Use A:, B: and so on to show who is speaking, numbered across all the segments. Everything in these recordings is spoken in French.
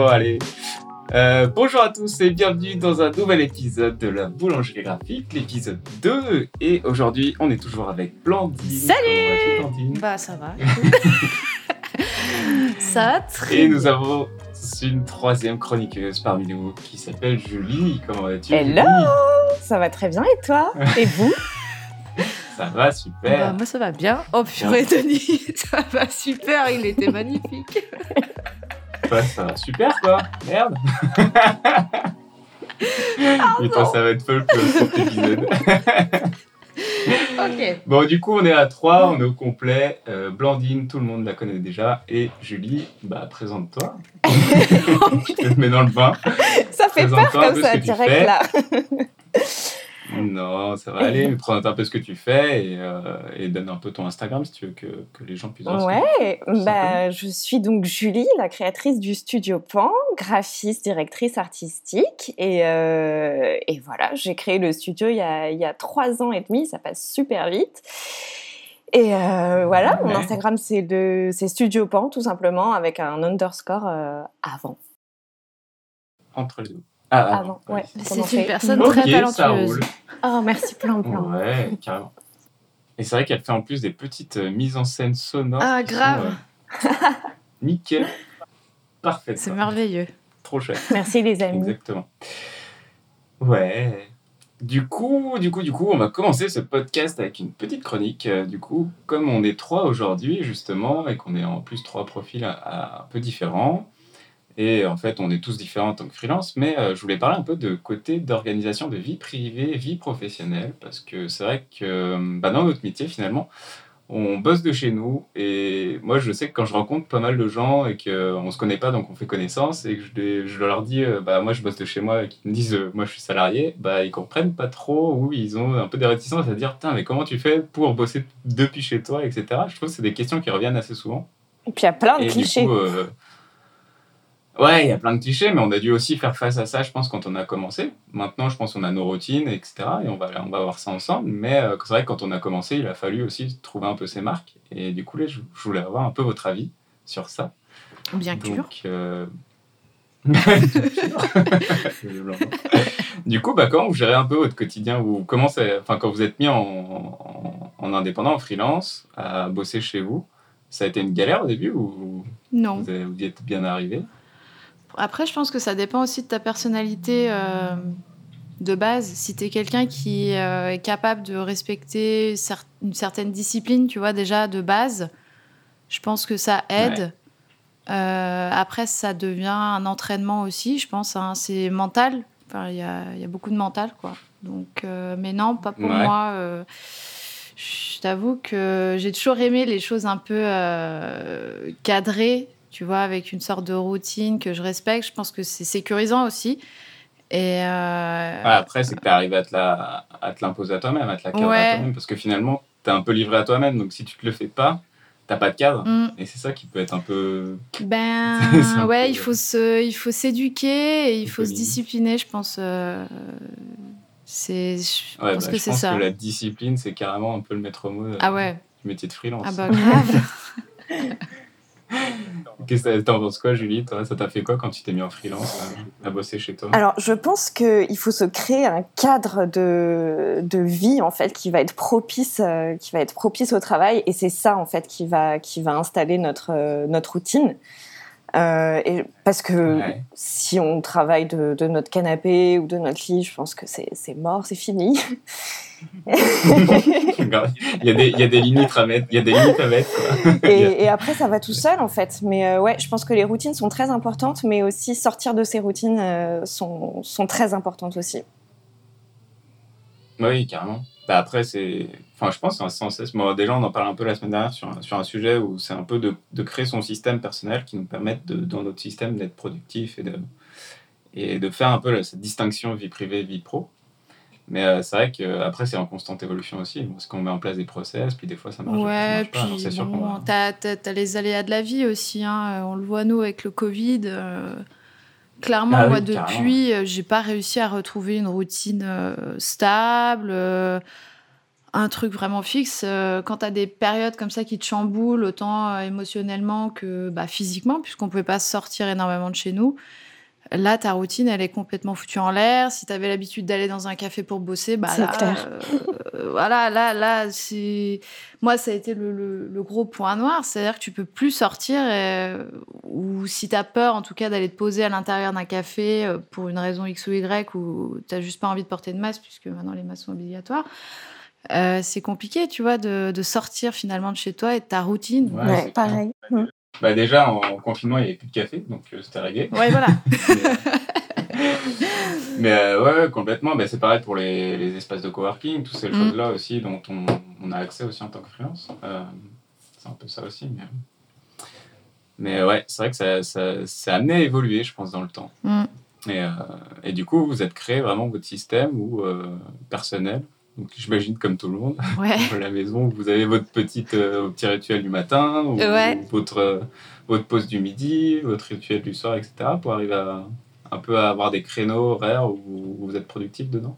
A: allez. Bonjour à tous et bienvenue dans un nouvel épisode de la boulangerie graphique, l'épisode 2. Et aujourd'hui, on est toujours avec Blandine.
B: Salut!
A: Comment vas-tu, Blandine?
B: Bah, ça va. Ça va très
A: Et
B: bien.
A: nous avons une troisième chroniqueuse parmi nous qui s'appelle Julie. Comment vas-tu,
C: Hello!
A: Julie?
C: Ça va très bien et toi? Et vous?
A: Ça va, super.
B: Bah, moi, ça va bien. Oh, purée, Denis, ça va super, il était magnifique.
A: Ouais, ça va super, quoi. Merde. Putain, ça va être folle pour cet épisode.
B: Ok.
A: Bon, du coup, on est à 3, on est au complet. Blandine, tout le monde la connaît déjà. Et Julie, bah, présente-toi. Je te mets dans le bain.
C: Ça fait peur
A: Présente-toi un
C: comme
A: peu
C: ça,
A: ce que tu
C: direct
A: fais.
C: là.
A: Non, ça va aller. Présente un peu ce que tu fais et donne un peu ton Instagram si tu veux que les gens puissent voir ce que tu fais.
C: Ouais, bah, je suis donc Julie, la créatrice du Studio Pan, graphiste, directrice artistique. Et voilà, j'ai créé le studio il y a 3 ans et demi, ça passe super vite. Et voilà, mon
A: Ouais.
C: Instagram c'est Studio Pan, tout simplement, avec un underscore avant.
A: Entre les deux. Ah,
C: Avant, ouais.
B: C'est
C: Comment
B: une
C: fait
B: personne
A: Ok,
B: très
A: ça
B: talentueuse.
A: roule.
C: Oh, merci plein.
A: Ouais, carrément. Et c'est vrai qu'elle fait en plus des petites mises en scène sonores.
B: Ah,
A: qui
B: grave.
A: sont, nickel. Parfait.
B: C'est
A: quoi.
B: merveilleux.
A: Trop chouette.
C: Merci les amis.
A: Exactement. Ouais. Du coup, on va commencer ce podcast avec une petite chronique. Du coup, comme on est 3 aujourd'hui, justement, et qu'on est en plus 3 profils un peu différents, et en fait, on est tous différents en tant que freelance, mais je voulais parler un peu de côté d'organisation de vie privée, vie professionnelle, parce que c'est vrai que dans notre métier, finalement, on bosse de chez nous, et moi, je sais que quand je rencontre pas mal de gens et qu'on se connaît pas, donc on fait connaissance, et que je leur dis, moi, je bosse de chez moi, et qu'ils me disent, moi, je suis salarié, ils comprennent pas trop, ou ils ont un peu des réticences à dire, putain, mais comment tu fais pour bosser depuis chez toi, etc. Je trouve que c'est des questions qui reviennent assez souvent.
C: Et puis il y a plein de
A: Et
C: clichés.
A: du coup, ouais, il y a plein de clichés, mais on a dû aussi faire face à ça, je pense, quand on a commencé. Maintenant, je pense qu'on a nos routines, etc. Et on va voir ça ensemble. Mais c'est vrai que quand on a commencé, il a fallu aussi trouver un peu ses marques. Et du coup, là, je voulais avoir un peu votre avis sur ça.
B: Bien sûr.
A: Donc, du coup, comment vous gérez un peu votre quotidien ou comment quand vous êtes mis en indépendant, en freelance, à bosser chez vous, ça a été une galère au début ou
B: Non.
A: vous y êtes bien arrivé?
B: Après, je pense que ça dépend aussi de ta personnalité de base. Si t'es quelqu'un qui est capable de respecter une certaine discipline, tu vois, déjà de base, je pense que ça aide. Après, ça devient un entraînement aussi, je pense. Hein, c'est mental. Enfin, il y a beaucoup de mental, quoi. Donc, mais non, pas pour moi. Je t'avoue que j'ai toujours aimé les choses un peu cadrées, tu vois, avec une sorte de routine que je respecte. Je pense que c'est sécurisant aussi. Et
A: Après, c'est que tu arrives à te l'imposer à toi-même, à te la cadrer à toi-même, parce que finalement, tu es un peu livré à toi-même. Donc, si tu te le fais pas, t'as pas de cadre. Et c'est ça qui peut être un peu...
B: ouais, il faut s'éduquer et il faut se
A: limite.
B: discipliner, je pense. Je pense que c'est ça.
A: Que la discipline, c'est carrément un peu le maître mot du métier de freelance.
B: Ah bah grave.
A: Qu'est-ce que t'en penses quoi, Julie? Toi, ça t'a fait quoi quand tu t'es mis en freelance à bosser chez toi?
C: Alors, je pense qu'il faut se créer un cadre de vie, en fait, qui va être propice au travail. Et c'est ça, en fait, qui va installer notre routine. Et parce que si on travaille de notre canapé ou de notre lit, je pense que c'est mort, c'est fini.
A: Il y a des limites à mettre. Quoi.
C: Et après, ça va tout seul, en fait. Mais ouais, je pense que les routines sont très importantes, mais aussi sortir de ces routines sont très importantes aussi.
A: Oui, carrément. Après, je pense que c'est sans cesse... Bon, déjà, on en parle un peu la semaine dernière sur un sujet où c'est un peu de créer son système personnel qui nous permette, dans notre système, d'être productif et de faire un peu cette distinction vie privée, vie pro. Mais c'est vrai qu'après, c'est en constante évolution aussi, parce qu'on met en place des process, puis des fois, ça marche, ça marche pas. Alors, c'est sûr qu'on va...
B: t'as les aléas de la vie aussi. Hein. On le voit, nous, avec le Covid. Clairement, moi, depuis, j'ai pas réussi à retrouver une routine stable. un truc vraiment fixe. Quand tu as des périodes comme ça qui te chamboulent, autant émotionnellement que physiquement, puisqu'on ne pouvait pas sortir énormément de chez nous, là, ta routine, elle est complètement foutue en l'air. Si tu avais l'habitude d'aller dans un café pour bosser,
C: c'est clair.
B: Voilà, là, c'est... Moi, ça a été le gros point noir. C'est-à-dire que tu peux plus sortir, ou si tu as peur, en tout cas, d'aller te poser à l'intérieur d'un café pour une raison X ou Y, ou tu n'as juste pas envie de porter de masque, puisque maintenant, les masques sont obligatoires. C'est compliqué, tu vois, de sortir finalement de chez toi et de ta routine.
C: Ouais, pareil.
A: Déjà, en confinement, il n'y avait plus de café, donc c'était réglé.
B: Ouais, voilà.
A: mais ouais, complètement. C'est pareil pour les espaces de coworking, toutes ces choses-là aussi, dont on a accès aussi en tant que freelance. C'est un peu ça aussi. Mais ouais, c'est vrai que ça a amené à évoluer, je pense, dans le temps. Et du coup, vous êtes créé vraiment votre système personnel. Donc, j'imagine comme tout le monde, à la maison, vous avez votre petit rituel du matin, ou votre pause du midi, votre rituel du soir, etc. pour arriver à un peu à avoir des créneaux horaires où vous êtes productif dedans.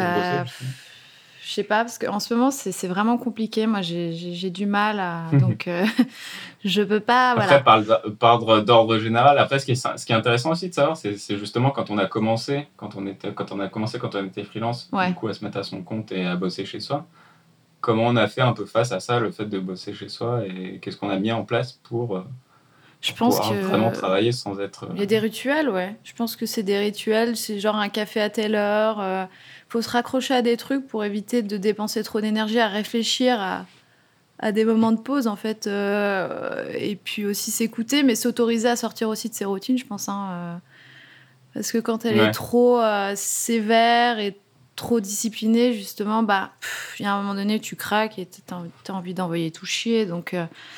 B: Je sais pas, parce qu'en ce moment, c'est vraiment compliqué. Moi, j'ai du mal à... Donc, je peux pas...
A: Après, par d'ordre général, après, ce qui est intéressant aussi de savoir, c'est justement quand on a commencé, quand on était freelance, du coup, à se mettre à son compte et à bosser chez soi, comment on a fait un peu face à ça, le fait de bosser chez soi, et qu'est-ce qu'on a mis en place pour...
B: Je pense que
A: vraiment travailler sans être...
B: Il y a des rituels, ouais. Je pense que c'est des rituels. C'est genre un café à telle heure. Faut se raccrocher à des trucs pour éviter de dépenser trop d'énergie à réfléchir à des moments de pause, en fait. Et puis aussi s'écouter, mais s'autoriser à sortir aussi de ses routines, je pense. Parce que quand elle est trop sévère et trop disciplinée, justement, il y a un moment donné, tu craques et t'as envie d'envoyer tout chier. Donc,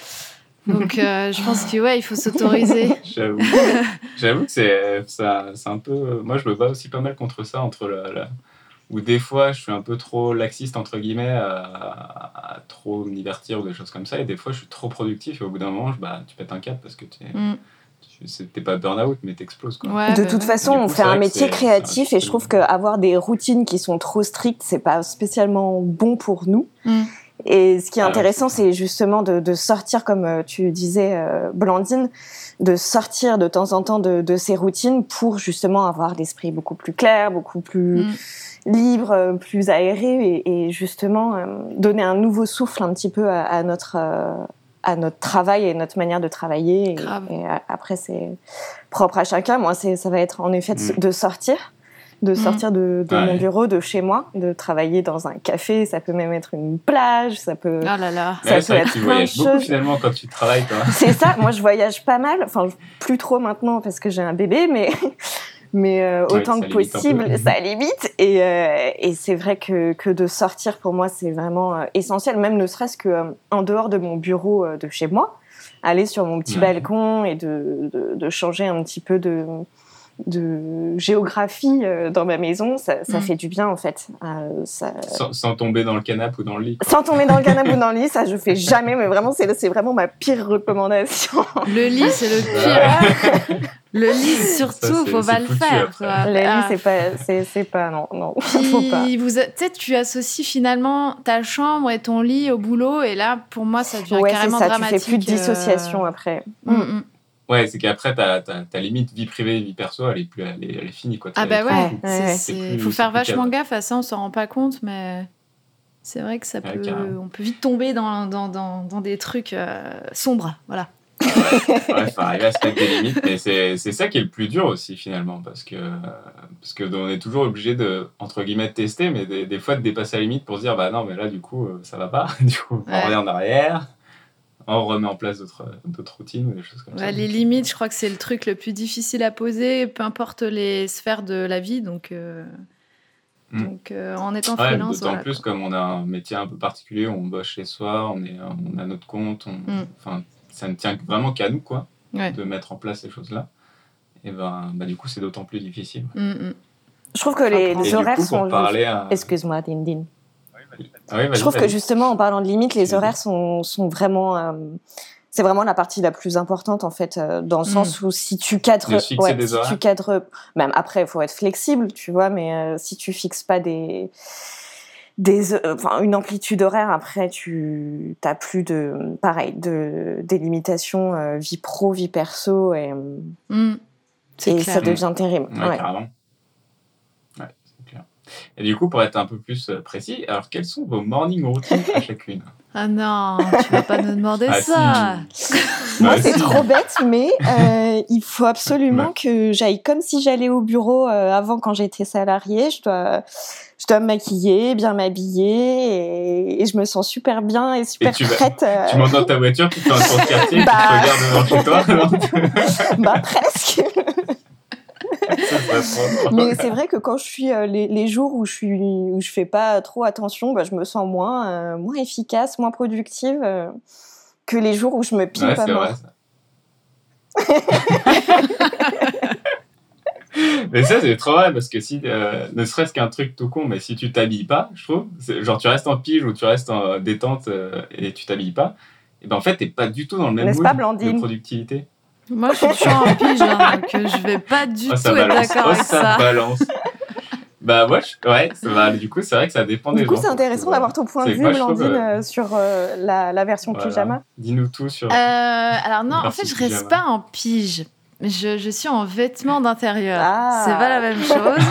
B: je pense que il faut s'autoriser.
A: J'avoue que c'est un peu... Moi, je me bats aussi pas mal contre ça, où des fois, je suis un peu trop laxiste, entre guillemets, à trop me divertir ou des choses comme ça, et des fois, je suis trop productif, et au bout d'un moment, tu pètes un câble parce que t'es pas burn-out, mais t'exploses, quoi.
C: Ouais, de toute façon, on fait un métier créatif, et je trouve qu'avoir des routines qui sont trop strictes, c'est pas spécialement bon pour nous. Et ce qui est intéressant, c'est justement de sortir, comme tu disais, Blandine, de sortir de temps en temps de ces routines pour justement avoir l'esprit beaucoup plus clair, beaucoup plus libre, plus aéré, et justement donner un nouveau souffle un petit peu à notre travail et notre manière de travailler. Et après, c'est propre à chacun. Moi, ça va être en effet de sortir de mon bureau, de chez moi, de travailler dans un café. Ça peut même être une plage, ça peut être
A: tu voyages beaucoup finalement quand tu travailles, toi.
C: C'est ça, moi je voyage pas mal, enfin plus trop maintenant parce que j'ai un bébé, mais autant que possible, ça limite. Et c'est vrai que de sortir pour moi c'est vraiment essentiel, même ne serait-ce que en dehors de mon bureau de chez moi, aller sur mon petit balcon et de changer un petit peu de géographie dans ma maison, ça fait du bien en fait.
A: Sans tomber dans le canapé ou dans le lit, quoi.
C: Sans tomber dans le canapé ou dans le lit, ça je fais jamais, mais vraiment c'est vraiment ma pire recommandation.
B: Le lit c'est le pire. Le lit surtout, faut pas le faire.
C: Le lit c'est pas non, faut pas.
B: Tu sais, tu associes finalement ta chambre et ton lit au boulot, et là pour moi ça devient carrément dramatique.
C: Tu fais plus de dissociation après.
A: Ouais, c'est qu'après, ta limite vie privée, vie perso, elle est finie, quoi.
B: Il faut faire vachement gaffe à ça, on s'en rend pas compte, mais c'est vrai que on peut vite tomber dans des trucs sombres, voilà.
A: Faut arriver à se mettre des limites, mais c'est ça qui est le plus dur aussi, finalement, parce que on est toujours obligé de, entre guillemets, tester, mais des fois de dépasser la limite pour se dire, non, mais là, du coup, ça va pas, du coup, on revient en arrière. On remet en place d'autres routines ou des choses comme ça.
B: Les limites, je crois que c'est le truc le plus difficile à poser, peu importe les sphères de la vie. Donc en étant freelance...
A: D'autant plus comme on a un métier un peu particulier, on bosse chez soi, on a notre compte, ça ne tient vraiment qu'à nous, quoi, de mettre en place ces choses-là. Et du coup, c'est d'autant plus difficile.
C: Je trouve que les horaires sont... Excuse-moi, Dindine. Je trouve que justement, en parlant de limites, les horaires sont vraiment... c'est vraiment la partie la plus importante, en fait, dans le sens où si tu cadres... Même après, il faut être flexible, tu vois, mais si tu fixes pas des une amplitude horaire. Après, tu n'as plus des limitations vie pro, vie perso, et ça devient terrible.
A: Ouais, carrément. Ouais, c'est clair. Et du coup, pour être un peu plus précis, alors quelles sont vos morning routines à chacune?
B: Ah non, tu vas pas nous demander ça.
C: Moi, c'est trop bête, mais il faut absolument que j'aille comme si j'allais au bureau avant, quand j'étais salariée. Je dois me maquiller, bien m'habiller, et je me sens super bien et super prête.
A: Tu montes dans ta voiture, tu fais un tour de quartier, tu te regardes devant chez toi.
C: Presque. Mais c'est vrai que quand je suis les jours où je fais pas trop attention, je me sens moins efficace, moins productive que les jours où je me pile pas mort.
A: Mais ça, c'est trop vrai, parce que si, ne serait-ce qu'un truc tout con, mais si tu t'habilles pas, je trouve, genre tu restes en pige ou tu restes en détente et tu t'habilles pas, et en fait, t'es pas du tout dans le même mood de productivité.
B: Moi, je suis toujours en pige, donc je vais pas du tout être d'accord avec ça.
A: Ça balance. Moi, du coup, c'est vrai que ça dépend des gens.
C: Du coup, c'est intéressant d'avoir ton point de vue, Blandine, sur la version pyjama.
A: Dis-nous tout sur...
B: alors non, en fait, je reste pas en pige. Je suis en vêtements d'intérieur. C'est pas la même chose.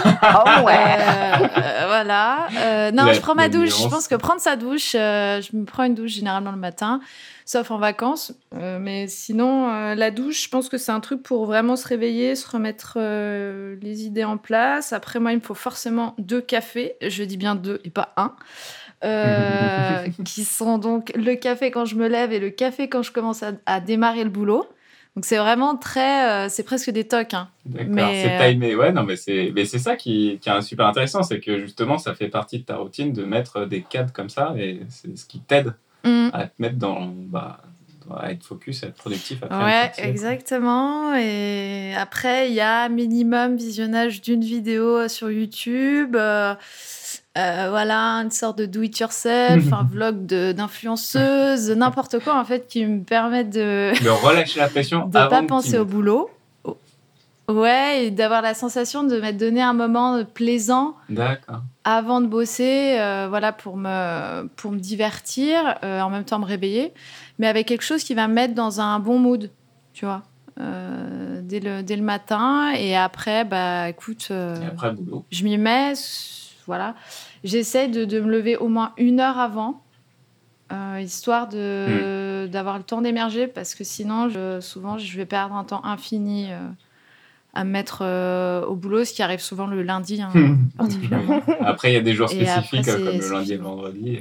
B: Voilà. Non, je prends ma douche. Je pense que prendre sa douche, je me prends une douche généralement le matin, sauf en vacances. Mais sinon, la douche, je pense que c'est un truc pour vraiment se réveiller, se remettre les idées en place. Après, moi, il me faut forcément 2 cafés. Je dis bien 2 et pas 1. Qui sont donc le café quand je me lève et le café quand je commence à démarrer le boulot. Donc c'est vraiment c'est presque des tocs. Hein.
A: D'accord, c'est timé. Ouais, non, mais c'est ça qui est super intéressant, c'est que justement, ça fait partie de ta routine de mettre des cadres comme ça, et c'est ce qui t'aide à te mettre à être focus, à être productif.
B: Ouais, exactement. Et après, il y a minimum visionnage d'une vidéo sur YouTube. Voilà, une sorte de do-it-yourself, un vlog d'influenceuse, n'importe quoi en fait qui me permet de
A: relâcher la pression,
B: de pas penser au boulot. Ouais, et d'avoir la sensation de m'être donné un moment plaisant.
A: D'accord.
B: Avant de bosser, voilà, pour me divertir, en même temps me réveiller, mais avec quelque chose qui va me mettre dans un bon mood, tu vois. Dès le matin, et après, écoute,
A: et après, boulot.
B: Je m'y mets. Voilà. J'essaie de me lever au moins 1 heure avant, histoire d'avoir le temps d'émerger, parce que sinon, souvent, je vais perdre un temps infini à me mettre au boulot, ce qui arrive souvent le lundi, particulièrement.
A: Après, il y a des jours spécifiques, comme le lundi et le vendredi.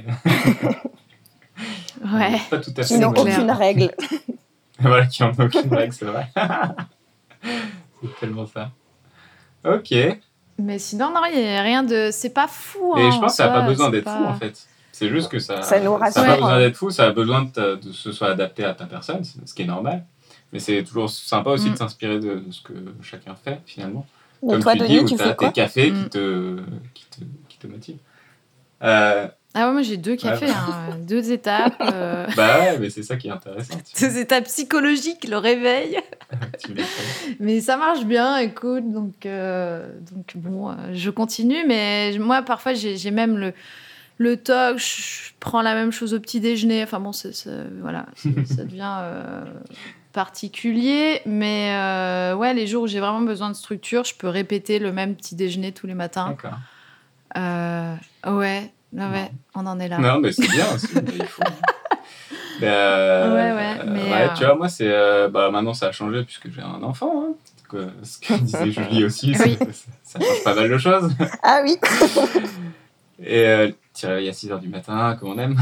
B: Ouais.
A: Pas tout à fait.
C: Qui n'ont aucune règle.
A: Voilà, qui n'ont aucune règle, c'est vrai. C'est tellement ça. Ok.
B: Mais sinon, non, il n'y a rien de... C'est pas fou.
A: Et je pense que ça n'a pas besoin d'être fou, en fait. C'est juste que ça
C: nous rassure.
A: Ça n'a pas besoin d'être fou, ça a besoin de se soit adapté à ta personne, ce qui est normal. Mais c'est toujours sympa aussi de s'inspirer de ce que chacun fait, finalement.
C: Mais
A: comme
C: toi,
A: tu
C: Denis,
A: dis, où tu as tes cafés qui te motivent.
B: Ah ouais, moi j'ai 2 cafés, 2 étapes.
A: Ouais, mais c'est ça qui est intéressant.
B: 2 étapes psychologiques, le réveil. Mais ça marche bien, écoute, donc bon, je continue. Mais moi, parfois, j'ai même le toc, je prends la même chose au petit déjeuner. Enfin bon, voilà, ça devient particulier. Mais ouais, les jours où j'ai vraiment besoin de structure, je peux répéter le même petit déjeuner tous les matins.
A: D'accord.
B: Ouais. Ouais, on en est là.
A: Non, mais c'est bien aussi, il faut.
B: Mais
A: tu vois, moi, c'est... maintenant, ça a changé puisque j'ai un enfant. Hein. Ce que disait Julie aussi, ça change pas mal de choses.
C: Ah oui.
A: Et tu réveilles à 6h du matin, comme on aime.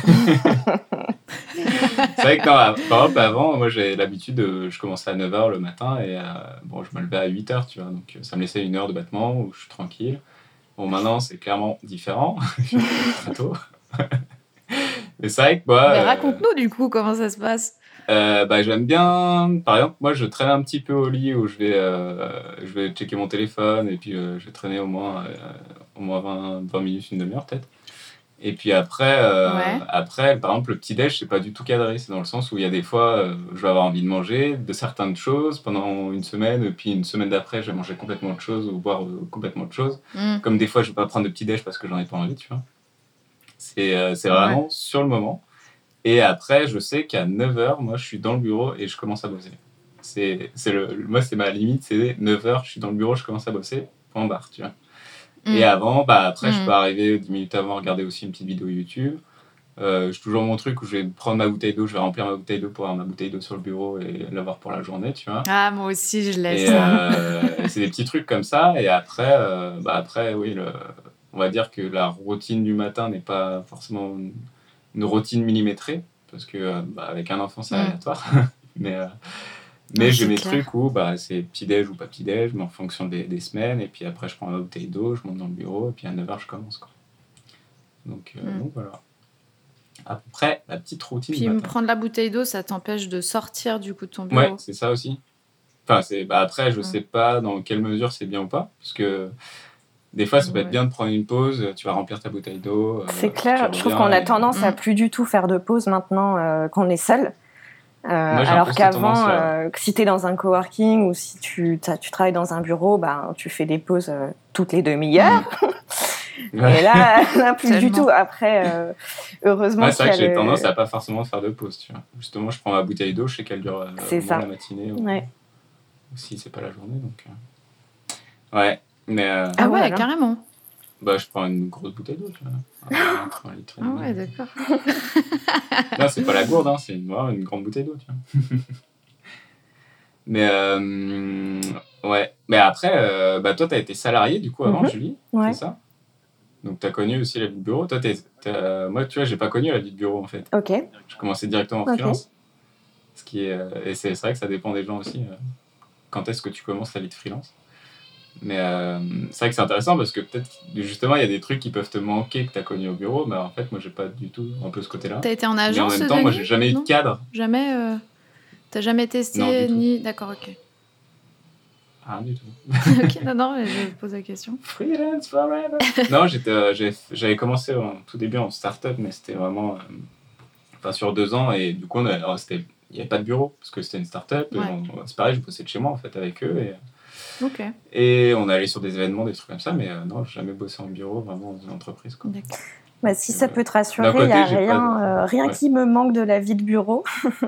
A: C'est vrai que par exemple, avant, moi, j'avais l'habitude je commençais à 9h le matin et je me levais à 8h, tu vois. Donc, ça me laissait 1 heure de battement où je suis tranquille. Bon, maintenant, c'est clairement différent. Je suis très tôt. Mais c'est vrai que moi...
B: Mais raconte-nous, du coup, comment ça se passe.
A: J'aime bien... Par exemple, moi, je traîne un petit peu au lit où je vais checker mon téléphone et puis je vais traîner au moins 20 minutes, 1 demi-heure, peut-être. Et puis après, par exemple, le petit-déj, c'est pas du tout cadré. C'est dans le sens où il y a des fois, je vais avoir envie de manger de certaines choses pendant 1 semaine, et puis 1 semaine d'après, je vais manger complètement autre chose ou boire complètement autre chose. Comme des fois, je vais pas prendre de petit-déj parce que j'en ai pas envie, tu vois. C'est vraiment sur le moment. Et après, je sais qu'à 9h, moi, je suis dans le bureau et je commence à bosser. Moi, c'est ma limite, c'est 9h, je suis dans le bureau, je commence à bosser, point barre, tu vois. Et avant, après, je peux arriver 10 minutes avant, regarder aussi une petite vidéo YouTube. J'ai toujours mon truc où je vais prendre ma bouteille d'eau, je vais remplir ma bouteille d'eau pour avoir ma bouteille d'eau sur le bureau et l'avoir pour la journée, tu vois.
B: Ah, moi aussi, je laisse
A: et c'est des petits trucs comme ça. Et après, oui, on va dire que la routine du matin n'est pas forcément une routine millimétrée, parce que avec un enfant, c'est aléatoire. Mais j'ai mes trucs où c'est petit-déj ou pas petit-déj, mais en fonction des semaines. Et puis après, je prends ma bouteille d'eau, je monte dans le bureau, et puis à 9h, je commence, quoi. Donc voilà. À peu près la petite routine.
B: Puis prendre la bouteille d'eau, ça t'empêche de sortir du coup de ton bureau.
A: Ouais, c'est ça aussi. Enfin, après, je sais pas dans quelle mesure c'est bien ou pas, parce que des fois, ça peut être bien de prendre une pause, tu vas remplir ta bouteille d'eau.
C: C'est clair, je trouve qu'on a tendance à plus du tout faire de pause maintenant qu'on est seul. Alors qu'avant, si tu es dans un coworking ou si tu travailles dans un bureau, tu fais des pauses toutes les demi-heures. Et là plus du tout. Après, heureusement,
A: c'est vrai que j'ai tendance à pas forcément faire de pause. Tu vois. Justement, je prends ma bouteille d'eau, je sais qu'elle dure la matinée ou si c'est pas la journée. Donc, ouais. Mais,
B: ah ouais, carrément.
A: Je prends une grosse bouteille d'eau. Tu vois. 1 litre.
B: Ah ouais, d'accord.
A: Non, c'est pas la gourde, hein, c'est une grande bouteille d'eau. Tu vois. Mais ouais. Mais après, toi, t'as été salarié du coup avant, Julie, c'est ça? Donc, tu as connu aussi la vie de bureau. Toi, moi, tu vois, j'ai pas connu la vie de bureau, en fait.
C: Ok.
A: Je commençais directement en freelance. Et c'est vrai que ça dépend des gens aussi. Quand est-ce que tu commences ta vie de freelance? Mais c'est vrai que c'est intéressant parce que peut-être, justement, il y a des trucs qui peuvent te manquer que tu as connu au bureau. Mais en fait, moi, j'ai pas du tout un peu ce côté-là.
B: Tu as été en agence?
A: Mais en même temps, moi, j'ai jamais eu de cadre.
B: Jamais tu n'as jamais testé
A: ni...
B: D'accord, ok.
A: Rien du tout.
B: Ok, non, je pose la question.
A: Freelance forever. Non, j'avais commencé au tout début en start-up, mais c'était vraiment sur 2 ans. Et du coup, il n'y avait pas de bureau parce que c'était une start-up. C'est pareil, je bossais de chez moi en fait avec eux. Et on allait sur des événements, des trucs comme ça, mais non, j'ai jamais bossé en bureau, vraiment dans une entreprise, quoi.
C: D'accord. Si ça peut te rassurer, il n'y a rien qui me manque de la vie de bureau.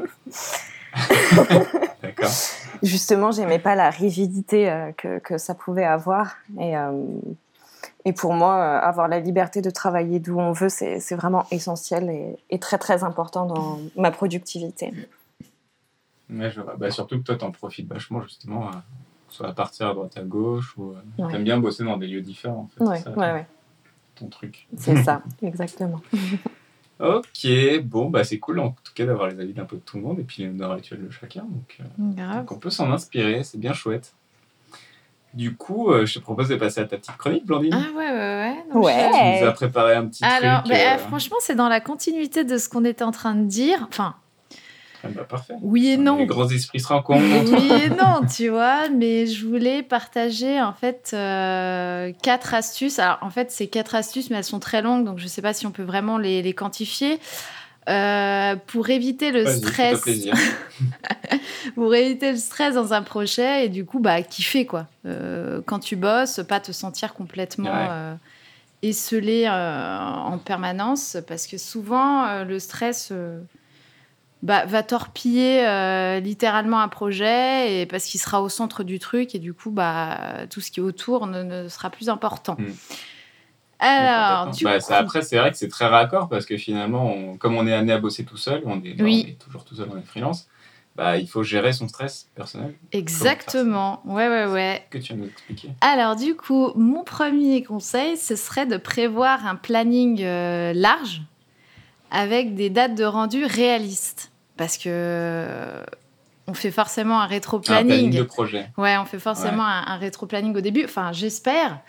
A: D'accord.
C: Justement, j'aimais pas la rigidité que ça pouvait avoir. Et pour moi, avoir la liberté de travailler d'où on veut, c'est vraiment essentiel et très, très important dans ma productivité.
A: Ouais, je vois. Surtout que toi, t'en profites vachement, justement, soit à partir à droite à gauche, ou t'aimes bien bosser dans des lieux différents, en fait.
C: Ouais.
A: Ton truc.
C: C'est ça, exactement.
A: Ok, bon, c'est cool en tout cas d'avoir les avis d'un peu de tout le monde et puis les honneurs actuels de chacun. Donc on peut s'en inspirer, c'est bien chouette. Du coup, je te propose de passer à ta petite chronique, Blandine.
B: Ah ouais.
A: Tu nous as préparé un petit truc.
B: Franchement, c'est dans la continuité de ce qu'on était en train de dire. Enfin,
A: parfait.
B: Oui et non.
A: Les grands esprits se rencontrent.
B: Oui et non, tu vois. Mais je voulais partager en fait 4 astuces. Alors en fait, c'est 4 astuces, mais elles sont très longues, donc je ne sais pas si on peut vraiment les quantifier. Pour éviter le stress.
A: Plaisir.
B: Pour éviter le stress dans un projet et du coup, kiffer quoi. Quand tu bosses, pas te sentir complètement esselé en permanence, parce que souvent le stress va torpiller littéralement un projet, et parce qu'il sera au centre du truc et du coup tout ce qui est autour ne sera plus important. Alors,
A: après, c'est vrai que c'est très raccord parce que finalement, comme on est amené à bosser tout seul, on est toujours tout seul, on est freelance, il faut gérer son stress personnel.
B: Exactement, ouais.
A: Que tu vas nous expliquer.
B: Alors, du coup, mon premier conseil, ce serait de prévoir un planning large avec des dates de rendu réalistes. Parce que on fait forcément un rétro-planning.
A: Un planning de projet.
B: Ouais, on fait forcément un rétro-planning au début. Enfin, j'espère.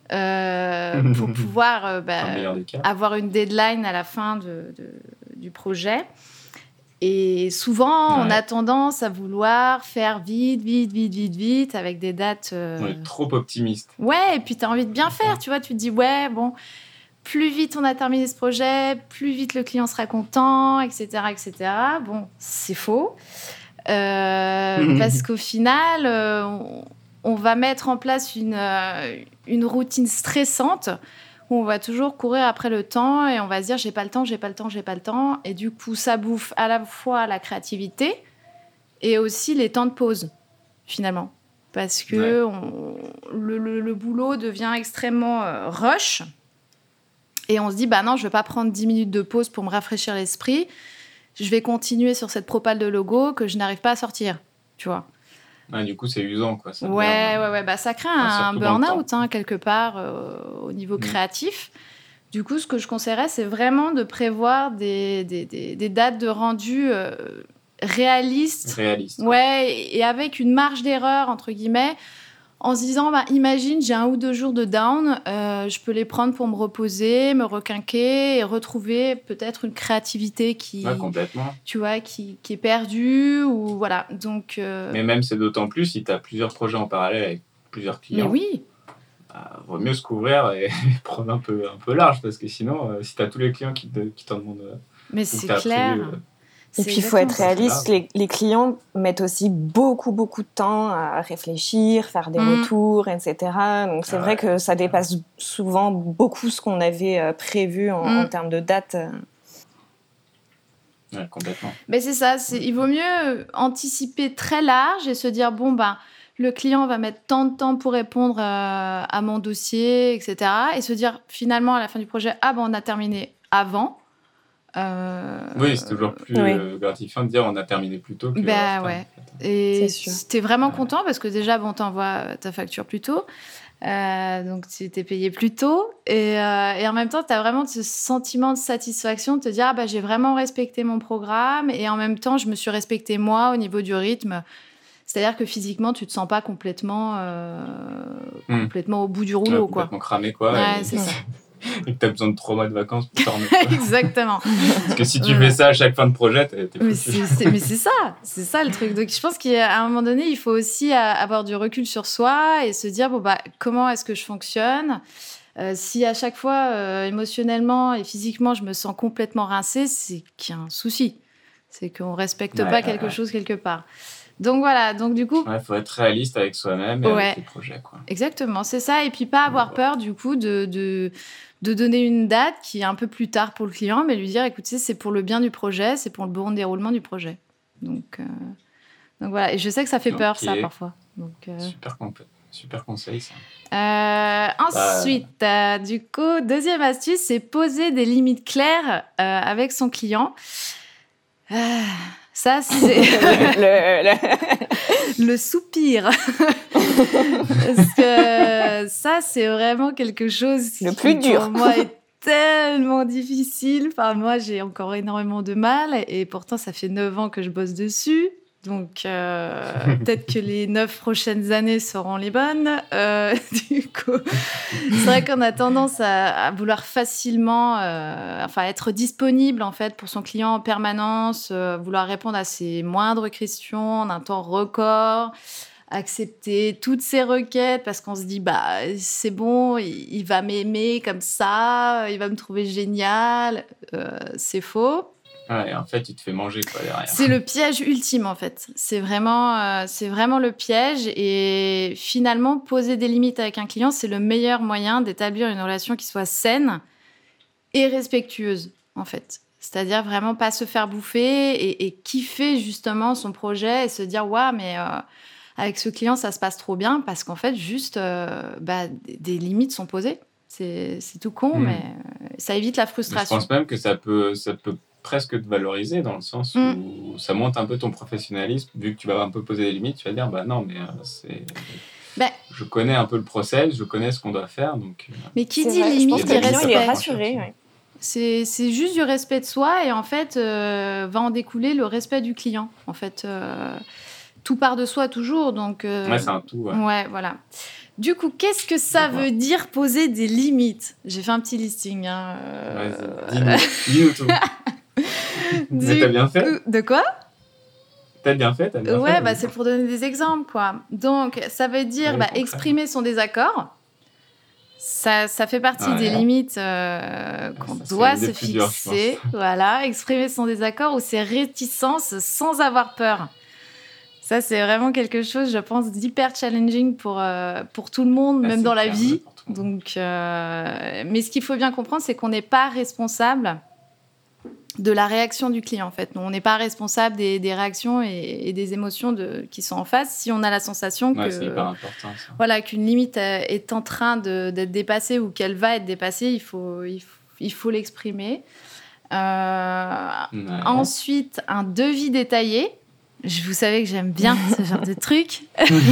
B: Pour pouvoir avoir une deadline à la fin du projet. Et souvent, on a tendance à vouloir faire vite, avec des dates...
A: On est trop optimiste.
B: Ouais, et puis tu as envie de bien faire, tu vois. Tu te dis, plus vite on a terminé ce projet, plus vite le client sera content, etc. Bon, c'est faux. Parce qu'au final... on va mettre en place une routine stressante où on va toujours courir après le temps et on va se dire j'ai pas le temps. Et du coup, ça bouffe à la fois la créativité et aussi les temps de pause, finalement. Parce que le boulot devient extrêmement rush. Et on se dit, bah non, je ne vais pas prendre 10 minutes de pause pour me rafraîchir l'esprit. Je vais continuer sur cette propale de logo que je n'arrive pas à sortir, tu vois.
A: Du coup, c'est usant, quoi. Ça
B: Bah, ça crée un burn-out, quelque part, au niveau créatif. Du coup, ce que je conseillerais, c'est vraiment de prévoir des dates de rendu réalistes. Ouais, et avec une marge d'erreur, entre guillemets, en se disant, bah, imagine, j'ai 1 ou 2 jours de down, je peux les prendre pour me reposer, me requinquer et retrouver peut-être une créativité qui est perdue. Ou, voilà. Donc,
A: Mais même, c'est d'autant plus si tu as plusieurs projets en parallèle avec plusieurs clients.
B: Mais oui.
A: Vaut mieux se couvrir et prendre un peu large, parce que sinon, si tu as tous les clients qui t'en demandent...
B: Mais c'est clair.
C: Et puis, il faut être réaliste. Les clients mettent aussi beaucoup de temps à réfléchir, faire des retours, etc. Donc, c'est vrai que ça dépasse souvent beaucoup ce qu'on avait prévu en termes de date.
A: Ouais, complètement.
B: Mais c'est ça. Il vaut mieux anticiper très large et se dire, bon, ben, le client va mettre tant de temps pour répondre à mon dossier, etc. Et se dire, finalement, à la fin du projet, on a terminé avant.
A: Oui, c'est toujours plus gratifiant de dire on a terminé plus tôt que
B: ouais. En fait. Et t'es vraiment content parce que déjà, t'envoies ta facture plus tôt. Donc, tu t'es payé plus tôt. Et en même temps, t'as vraiment ce sentiment de satisfaction de te dire j'ai vraiment respecté mon programme. Et en même temps, je me suis respecté moi au niveau du rythme. C'est-à-dire que physiquement, tu te sens pas complètement au bout du rouleau.
A: Complètement cramé, quoi.
B: Ouais, c'est ça.
A: Et que tu as besoin de 3 mois de vacances pour t'en remettre.
B: Exactement.
A: Parce que si tu fais ça à chaque fin de projet, t'es
B: mais c'est ça le truc. Donc je pense qu'à un moment donné, il faut aussi avoir du recul sur soi et se dire comment est-ce que je fonctionne. Si à chaque fois, émotionnellement et physiquement, je me sens complètement rincée, c'est qu'il y a un souci. C'est qu'on ne respecte pas quelque chose quelque part. Donc voilà, donc du coup...
A: Il faut être réaliste avec soi-même et avec les projets, quoi.
B: Exactement, c'est ça. Et puis pas avoir peur, du coup, de donner une date qui est un peu plus tard pour le client, mais lui dire, écoutez, c'est pour le bien du projet, c'est pour le bon déroulement du projet. Donc voilà, et je sais que ça fait peur, ça, parfois. Donc,
A: Super conseil, ça.
B: Ensuite, du coup, deuxième astuce, c'est poser des limites claires avec son client. Ça, c'est le soupir. Parce que ça, c'est vraiment quelque chose qui, pour moi, est tellement difficile. Enfin, moi, j'ai encore énormément de mal. Et pourtant, ça fait 9 ans que je bosse dessus. Donc, peut-être que les 9 prochaines années seront les bonnes. Du coup, c'est vrai qu'on a tendance à vouloir facilement être disponible en fait, pour son client en permanence, vouloir répondre à ses moindres questions en un temps record, accepter toutes ses requêtes parce qu'on se dit c'est bon, il va m'aimer comme ça, il va me trouver génial. C'est faux.
A: Et en fait, il te fait manger derrière.
B: C'est le piège ultime, en fait. C'est vraiment le piège. Et finalement, poser des limites avec un client, c'est le meilleur moyen d'établir une relation qui soit saine et respectueuse, en fait. C'est-à-dire vraiment pas se faire bouffer et kiffer justement son projet et se dire mais avec ce client, ça se passe trop bien parce qu'en fait, juste des limites sont posées. C'est tout con, mais ça évite la frustration.
A: Mais je pense même que ça peut presque te valoriser dans le sens où ça monte un peu ton professionnalisme. Vu que tu vas un peu poser des limites, tu vas dire non, mais je connais un peu le process, je connais ce qu'on doit faire. Donc,
B: mais qui dit limite, dit respect.
C: Il est rassuré.
B: C'est juste du respect de soi et en fait, va en découler le respect du client. En fait, tout part de soi toujours. Donc,
A: c'est un tout.
B: Ouais, voilà. Du coup, qu'est-ce que ça veut dire poser des limites ? J'ai fait un petit listing.
A: Vas-y, dis-nous tout. Mais t'as bien fait ?
B: De quoi ?
A: T'as bien fait.
B: Ouais, c'est pour donner des exemples, quoi. Donc, ça veut dire exprimer son désaccord. Ça fait partie des limites qu'on doit se fixer. Voilà, exprimer son désaccord ou ses réticences sans avoir peur. Ça, c'est vraiment quelque chose, je pense, d'hyper challenging pour tout le monde, même dans la vie.
A: surtout.
B: Donc, mais ce qu'il faut bien comprendre, c'est qu'on n'est pas responsable de la réaction du client, en fait. Nous, on n'est pas responsable des réactions et des émotions qui sont en face. Si on a la sensation
A: c'est hyper important, ça.
B: Voilà, qu'une limite est en train d'être dépassée ou qu'elle va être dépassée, il faut l'exprimer. Ensuite, un devis détaillé. Vous savez que j'aime bien ce genre de trucs.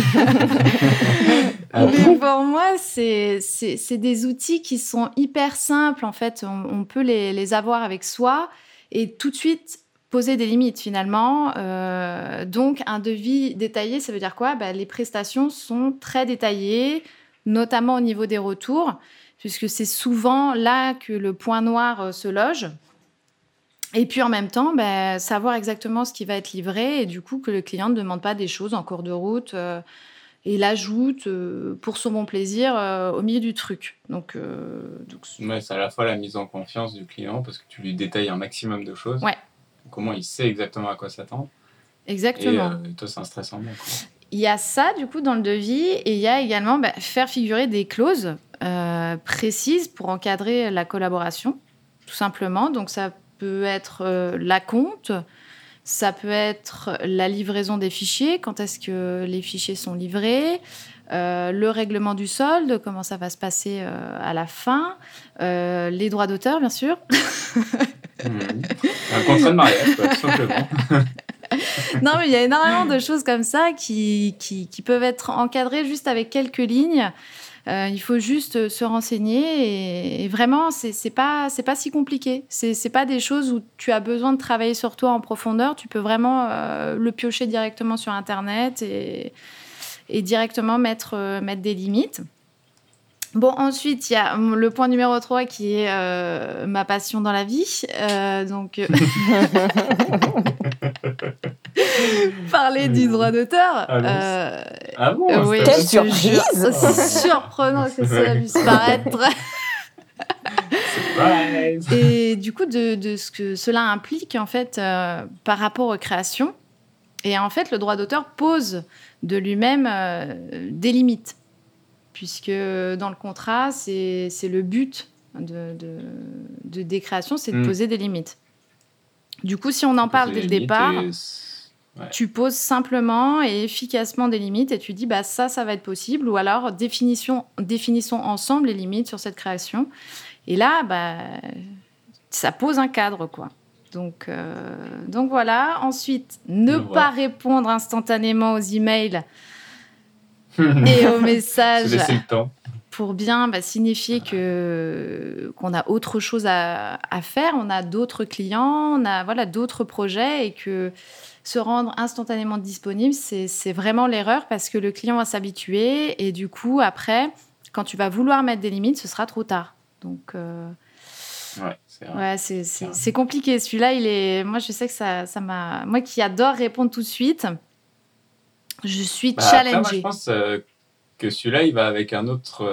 B: Mais pour moi, c'est des outils qui sont hyper simples. En fait, on peut les avoir avec soi et tout de suite poser des limites, finalement. Donc, un devis détaillé, ça veut dire quoi ? Les prestations sont très détaillées, notamment au niveau des retours, puisque c'est souvent là que le point noir se loge. Et puis en même temps, savoir exactement ce qui va être livré et du coup que le client ne demande pas des choses en cours de route et l'ajoute pour son bon plaisir au milieu du truc. Donc
A: c'est à la fois la mise en confiance du client parce que tu lui détailles un maximum de choses.
B: Ouais.
A: Comment il sait exactement à quoi s'attendre.
B: Exactement.
A: Et toi, c'est un stress en moins.
B: Il y a ça du coup dans le devis et il y a également faire figurer des clauses précises pour encadrer la collaboration, tout simplement. Donc ça peut être l'acompte, ça peut être la livraison des fichiers, quand est-ce que les fichiers sont livrés, le règlement du solde, comment ça va se passer à la fin, les droits d'auteur, bien sûr.
A: Un contrat de mariage, tout simplement.
B: Non, mais il y a énormément de choses comme ça qui peuvent être encadrées juste avec quelques lignes. Il faut juste se renseigner et vraiment, c'est pas si compliqué. C'est pas des choses où tu as besoin de travailler sur toi en profondeur. Tu peux vraiment le piocher directement sur Internet et directement mettre des limites. Bon, ensuite, il y a le point numéro 3 qui est ma passion dans la vie. Parler du droit d'auteur.
A: Ah bon
B: oui,
C: quelle surprise!
B: C'est surprenant que ça puisse paraître.
A: Surprise!
B: Et du coup, de ce que cela implique, en fait, par rapport aux créations. Et en fait, le droit d'auteur pose de lui-même des limites. Puisque dans le contrat, c'est le but des créations, c'est de poser des limites. Du coup, si on en parle dès le départ, tu poses simplement et efficacement des limites et tu dis ça va être possible, ou alors définissons ensemble les limites sur cette création. Et là, ça pose un cadre, quoi. Donc voilà. Ensuite, ne pas répondre instantanément aux emails et aux messages.
A: Se laisser le temps.
B: Pour bien signifier qu'on a autre chose à faire, on a d'autres clients, on a d'autres projets et que se rendre instantanément disponible, c'est vraiment l'erreur parce que le client va s'habituer et du coup, après, quand tu vas vouloir mettre des limites, ce sera trop tard. Donc,
A: c'est vrai.
B: C'est compliqué. Celui-là, moi, je sais que ça m'a... Moi qui adore répondre tout de suite, je suis challengée.
A: Après, moi, je pense que celui-là, il va avec une autre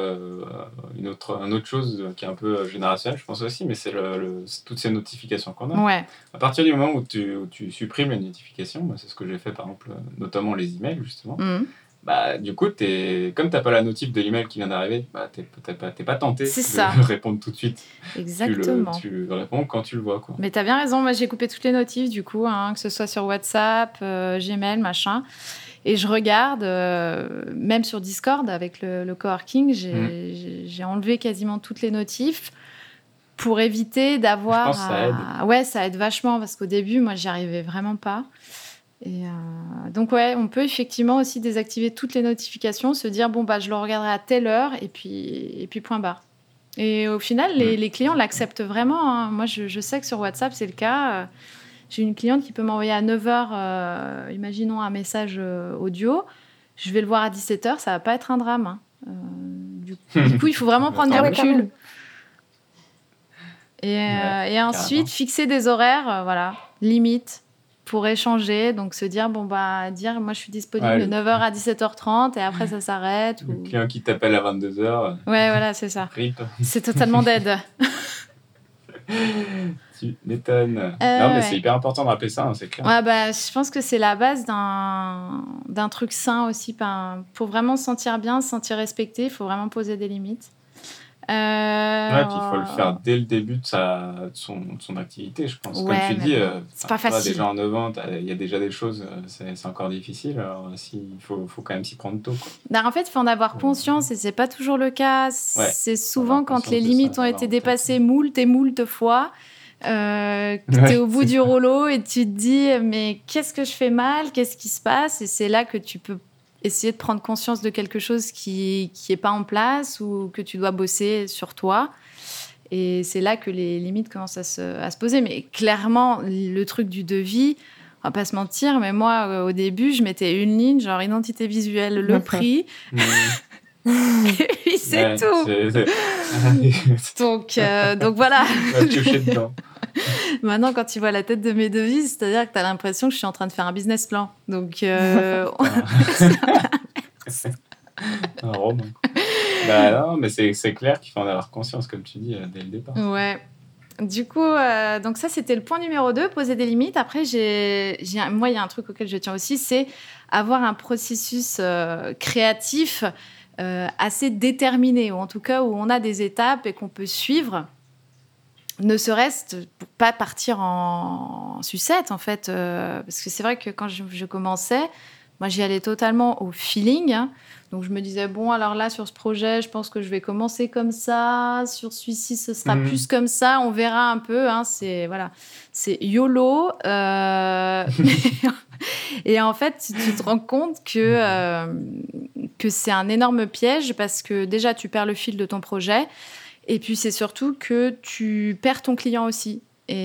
A: chose qui est un peu générationnelle, je pense aussi, mais c'est toutes ces notifications qu'on a.
B: Ouais.
A: À partir du moment où tu supprimes les notifications, c'est ce que j'ai fait par exemple, notamment les emails justement, du coup, comme tu n'as pas la notif de l'email qui vient d'arriver, t'es pas tenté de répondre tout de suite.
B: Exactement.
A: Tu réponds quand tu le vois, quoi.
B: Mais tu as bien raison, moi j'ai coupé toutes les notifs du coup, que ce soit sur WhatsApp, Gmail, machin. Et je regarde, même sur Discord, avec le coworking, j'ai enlevé quasiment toutes les notifs pour éviter d'avoir...
A: Je pense que ça aide.
B: Ouais, ça aide vachement, parce qu'au début, moi, j'y arrivais vraiment pas. Et donc, ouais, on peut effectivement aussi désactiver toutes les notifications, se dire, je le regarderai à telle heure, et puis point barre. Et au final, les clients l'acceptent vraiment. Hein. Moi, je sais que sur WhatsApp, c'est le cas. J'ai une cliente qui peut m'envoyer à 9h, imaginons un message audio. Je vais le voir à 17h, ça ne va pas être un drame. Hein. Du coup, il faut vraiment prendre du recul. Et ensuite, fixer des horaires, limites, pour échanger. Donc, se dire, moi, je suis disponible de 9h à 17h30 et après, ça s'arrête.
A: Le client qui t'appelle à 22h.
B: Ouais, voilà, c'est ça.
A: RIP.
B: C'est totalement dead.
A: Tu m'étonnes. Non, mais c'est hyper important de rappeler ça, c'est clair.
B: Ouais, je pense que c'est la base d'un truc sain aussi. Pour vraiment se sentir bien, se sentir respecté, il faut vraiment poser des limites.
A: Ouais, puis il faut le faire dès le début de son activité, je pense.
B: Ouais,
A: Comme tu
B: mais
A: dis,
B: bon, c'est pas
A: toi,
B: facile.
A: déjà en 9 ans, il y a déjà des choses, c'est encore difficile. Alors, il faut quand même s'y prendre tôt, quoi.
B: Ben, en fait, il faut en avoir conscience et c'est pas toujours le cas.
A: Ouais,
B: C'est
A: faut
B: souvent
A: avoir
B: quand
A: conscience
B: les
A: de ça,
B: limites ont
A: l'avoir
B: été
A: en tête.
B: dépassées moult fois, que tu es
A: Ouais,
B: au bout
A: c'est
B: du
A: clair.
B: rouleau et tu te dis mais qu'est-ce que je fais mal? Qu'est-ce qui se passe? Et c'est là que tu peux essayer de prendre conscience de quelque chose qui est pas en place ou que tu dois bosser sur toi. Et c'est là que les limites commencent à se poser. Mais clairement, le truc du devis, on va pas se mentir, mais moi, au début, je mettais une ligne, genre identité visuelle, le prix,
A: Mmh.
B: et puis c'est
A: Ouais,
B: tout. Donc voilà.
A: va piocher dedans.
B: Maintenant, quand tu vois la tête de mes devis, c'est-à-dire que tu as l'impression que je suis en train de faire un business plan. Donc,
A: Un roman. Bah non, mais c'est clair qu'il faut en avoir conscience, comme tu dis, dès le départ.
B: ouais. Du coup, donc ça, c'était le point numéro 2, poser des limites. Après, moi, il y a un truc auquel je tiens aussi, c'est avoir un processus créatif assez déterminé, ou en tout cas où on a des étapes et qu'on peut suivre, ne serait-ce pour pas partir en sucette, en fait. Parce que c'est vrai que quand je commençais, moi, j'y allais totalement au feeling, hein. Donc, je me disais, bon, alors là, sur ce projet, je pense que je vais commencer comme ça. Sur celui-ci, ce sera plus comme ça. On verra un peu. Hein. C'est YOLO. Et en fait, tu te rends compte que c'est un énorme piège parce que déjà, tu perds le fil de ton projet. Et puis, c'est surtout que tu perds ton client aussi.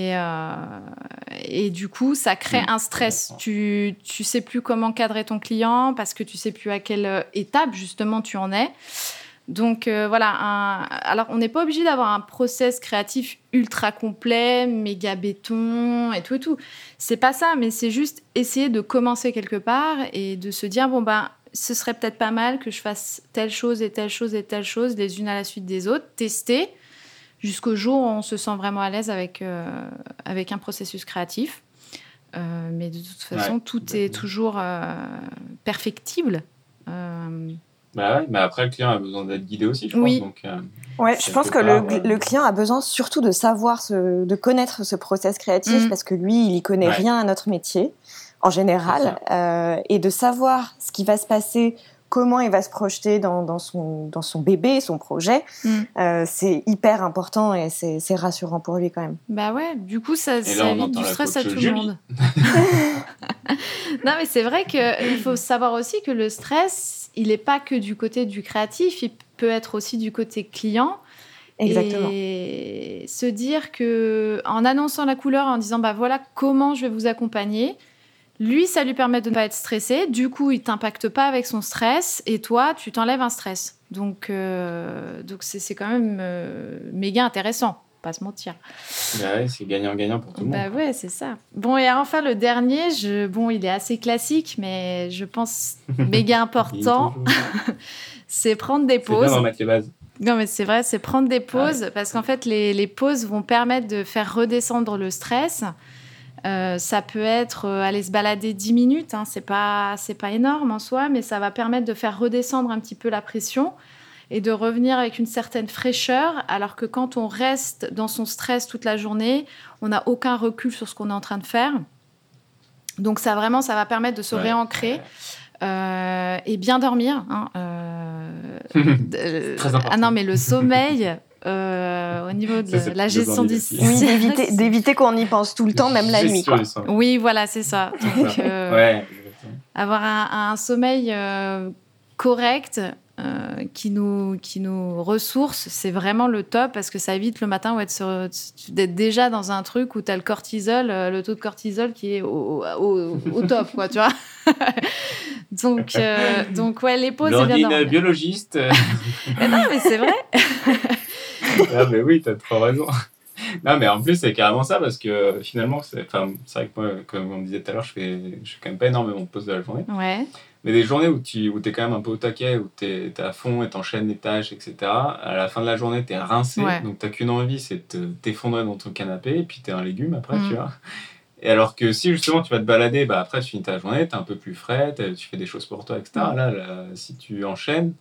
B: Et du coup, ça crée un stress. Tu sais plus comment cadrer ton client parce que tu sais plus à quelle étape, justement, tu en es. Donc, voilà. Alors, on n'est pas obligé d'avoir un process créatif ultra complet, méga béton et tout et tout. C'est pas ça, mais c'est juste essayer de commencer quelque part et de se dire, bon, ben, ce serait peut-être pas mal que je fasse telle chose et telle chose et telle chose, les unes à la suite des autres, tester, jusqu'au jour où on se sent vraiment à l'aise avec un processus créatif. Mais de toute façon, tout est toujours perfectible.
A: Bah ouais, mais après, le client a besoin d'être guidé aussi, je pense.
B: Oui.
A: Donc,
C: Ouais, je pense que le client a besoin surtout de savoir, de connaître ce process créatif parce que lui, il y connaît rien à notre métier, en général, et de savoir ce qui va se passer, comment il va se projeter dans son bébé, son projet, c'est hyper important et c'est rassurant pour lui quand même.
B: Bah ouais, du coup, ça évite du stress à tout le monde. Non, mais c'est vrai qu'il faut savoir aussi que le stress, il n'est pas que du côté du créatif, il peut être aussi du côté client.
C: Exactement.
B: Et se dire qu'en annonçant la couleur, en disant bah voilà comment je vais vous accompagner, lui, ça lui permet de ne pas être stressé. Du coup, il ne t'impacte pas avec son stress. Et toi, tu t'enlèves un stress. Donc c'est quand même méga intéressant. Pas se mentir.
A: Bah ouais, c'est gagnant-gagnant pour tout le monde.
B: Bah ouais, c'est ça. Bon, et enfin, le dernier, il est assez classique, mais je pense méga important. C'est prendre des pauses.
A: C'est bien d'en mettre les bases.
B: Non, mais c'est vrai, c'est prendre des pauses. Parce qu'en fait, les pauses vont permettre de faire redescendre le stress. Ça peut être aller se balader 10 minutes, hein, c'est pas énorme en soi, mais ça va permettre de faire redescendre un petit peu la pression et de revenir avec une certaine fraîcheur, alors que quand on reste dans son stress toute la journée, on n'a aucun recul sur ce qu'on est en train de faire. Donc ça va permettre de se réancrer et bien dormir. Hein,
A: c'est très important.
B: Ah non, mais le sommeil... au niveau de la gestion du stress.
C: Oui, d'éviter qu'on y pense tout le temps, même la nuit. Quoi.
B: Oui, voilà, c'est ça. Donc, avoir un sommeil correct qui nous ressource, c'est vraiment le top parce que ça évite le matin d'être déjà dans un truc où tu as le cortisol, le taux de cortisol qui est au top, quoi, tu vois. Donc ouais, les pauses, c'est bien dormir.
A: Biologiste.
B: Non, mais c'est vrai.
A: Ah, mais oui, t'as trop raison. Non, mais en plus, c'est carrément ça parce que finalement, c'est vrai que moi, comme on me disait tout à l'heure, je fais quand même pas énormément de pauses de la journée.
B: Ouais.
A: Mais des journées où t'es quand même un peu au taquet, où t'es à fond et t'enchaînes les tâches, etc. À la fin de la journée, t'es rincé. Donc t'as qu'une envie, c'est de t'effondrer dans ton canapé et puis t'es un légume après, tu vois. Et alors que si justement tu vas te balader, après tu finis ta journée, t'es un peu plus frais, tu fais des choses pour toi, etc. Là, si tu enchaînes,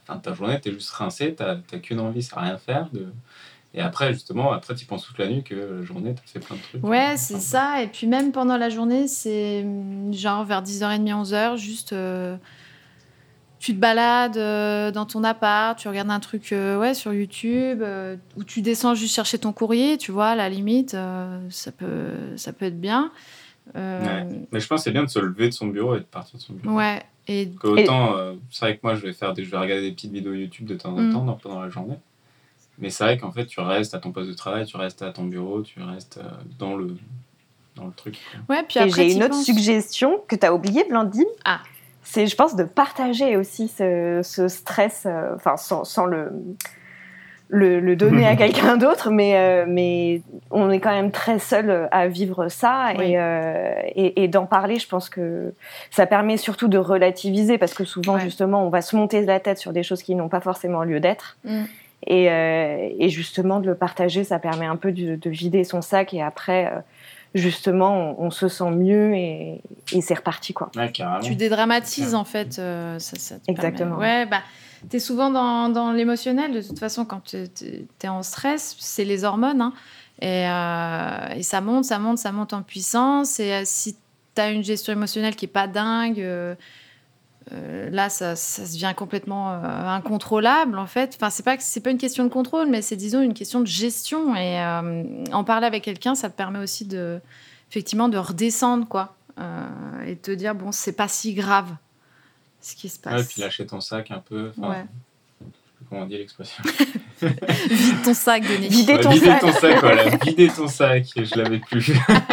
A: ta journée, t'es juste rincé, t'as qu'une envie, c'est rien faire. Et après, justement, tu penses toute la nuit que la journée, t'as fait plein de trucs.
B: Ouais, c'est ça. Et puis même pendant la journée, c'est genre vers 10h30, 11h, juste tu te balades dans ton appart, tu regardes un truc sur YouTube, ou tu descends juste chercher ton courrier, tu vois, à la limite, ça peut être bien.
A: Ouais. Mais je pense que c'est bien de se lever de son bureau et de partir de son bureau.
B: Ouais.
A: Autant, c'est vrai que moi, je vais regarder des petites vidéos YouTube de temps en temps pendant la journée. Mais c'est vrai qu'en fait, tu restes à ton poste de travail, tu restes à ton bureau, tu restes dans le truc.
B: Ouais, puis après,
C: j'ai une autre suggestion que tu as oubliée, Blandine.
B: Ah.
C: C'est, je pense, de partager aussi ce stress, sans le donner à quelqu'un d'autre, mais on est quand même très seul à vivre ça, oui. Et d'en parler, je pense que ça permet surtout de relativiser, parce que souvent, justement, on va se monter la tête sur des choses qui n'ont pas forcément lieu d'être. Et justement, de le partager, ça permet un peu de vider son sac, et après... justement, on se sent mieux et c'est reparti, quoi.
A: Ouais, carrément.
B: Tu dédramatises, en fait. Ça te
C: Exactement.
B: Permet. Ouais, t'es souvent dans l'émotionnel. De toute façon, quand t'es en stress, c'est les hormones. Hein, et ça monte en puissance. Et si t'as une gestion émotionnelle qui n'est pas dingue... là, ça devient complètement incontrôlable, en fait. Enfin, c'est pas une question de contrôle, mais c'est, disons, une question de gestion. Et en parler avec quelqu'un, ça te permet aussi effectivement, de redescendre, quoi. Et de te dire, bon, c'est pas si grave, ce qui se passe.
A: Ouais, puis lâcher ton sac un peu.
B: Ouais.
A: Comment on dit l'expression?
B: Vide ton sac, Denis.
A: Vider ton sac, voilà. Vider ton sac, je l'avais plus.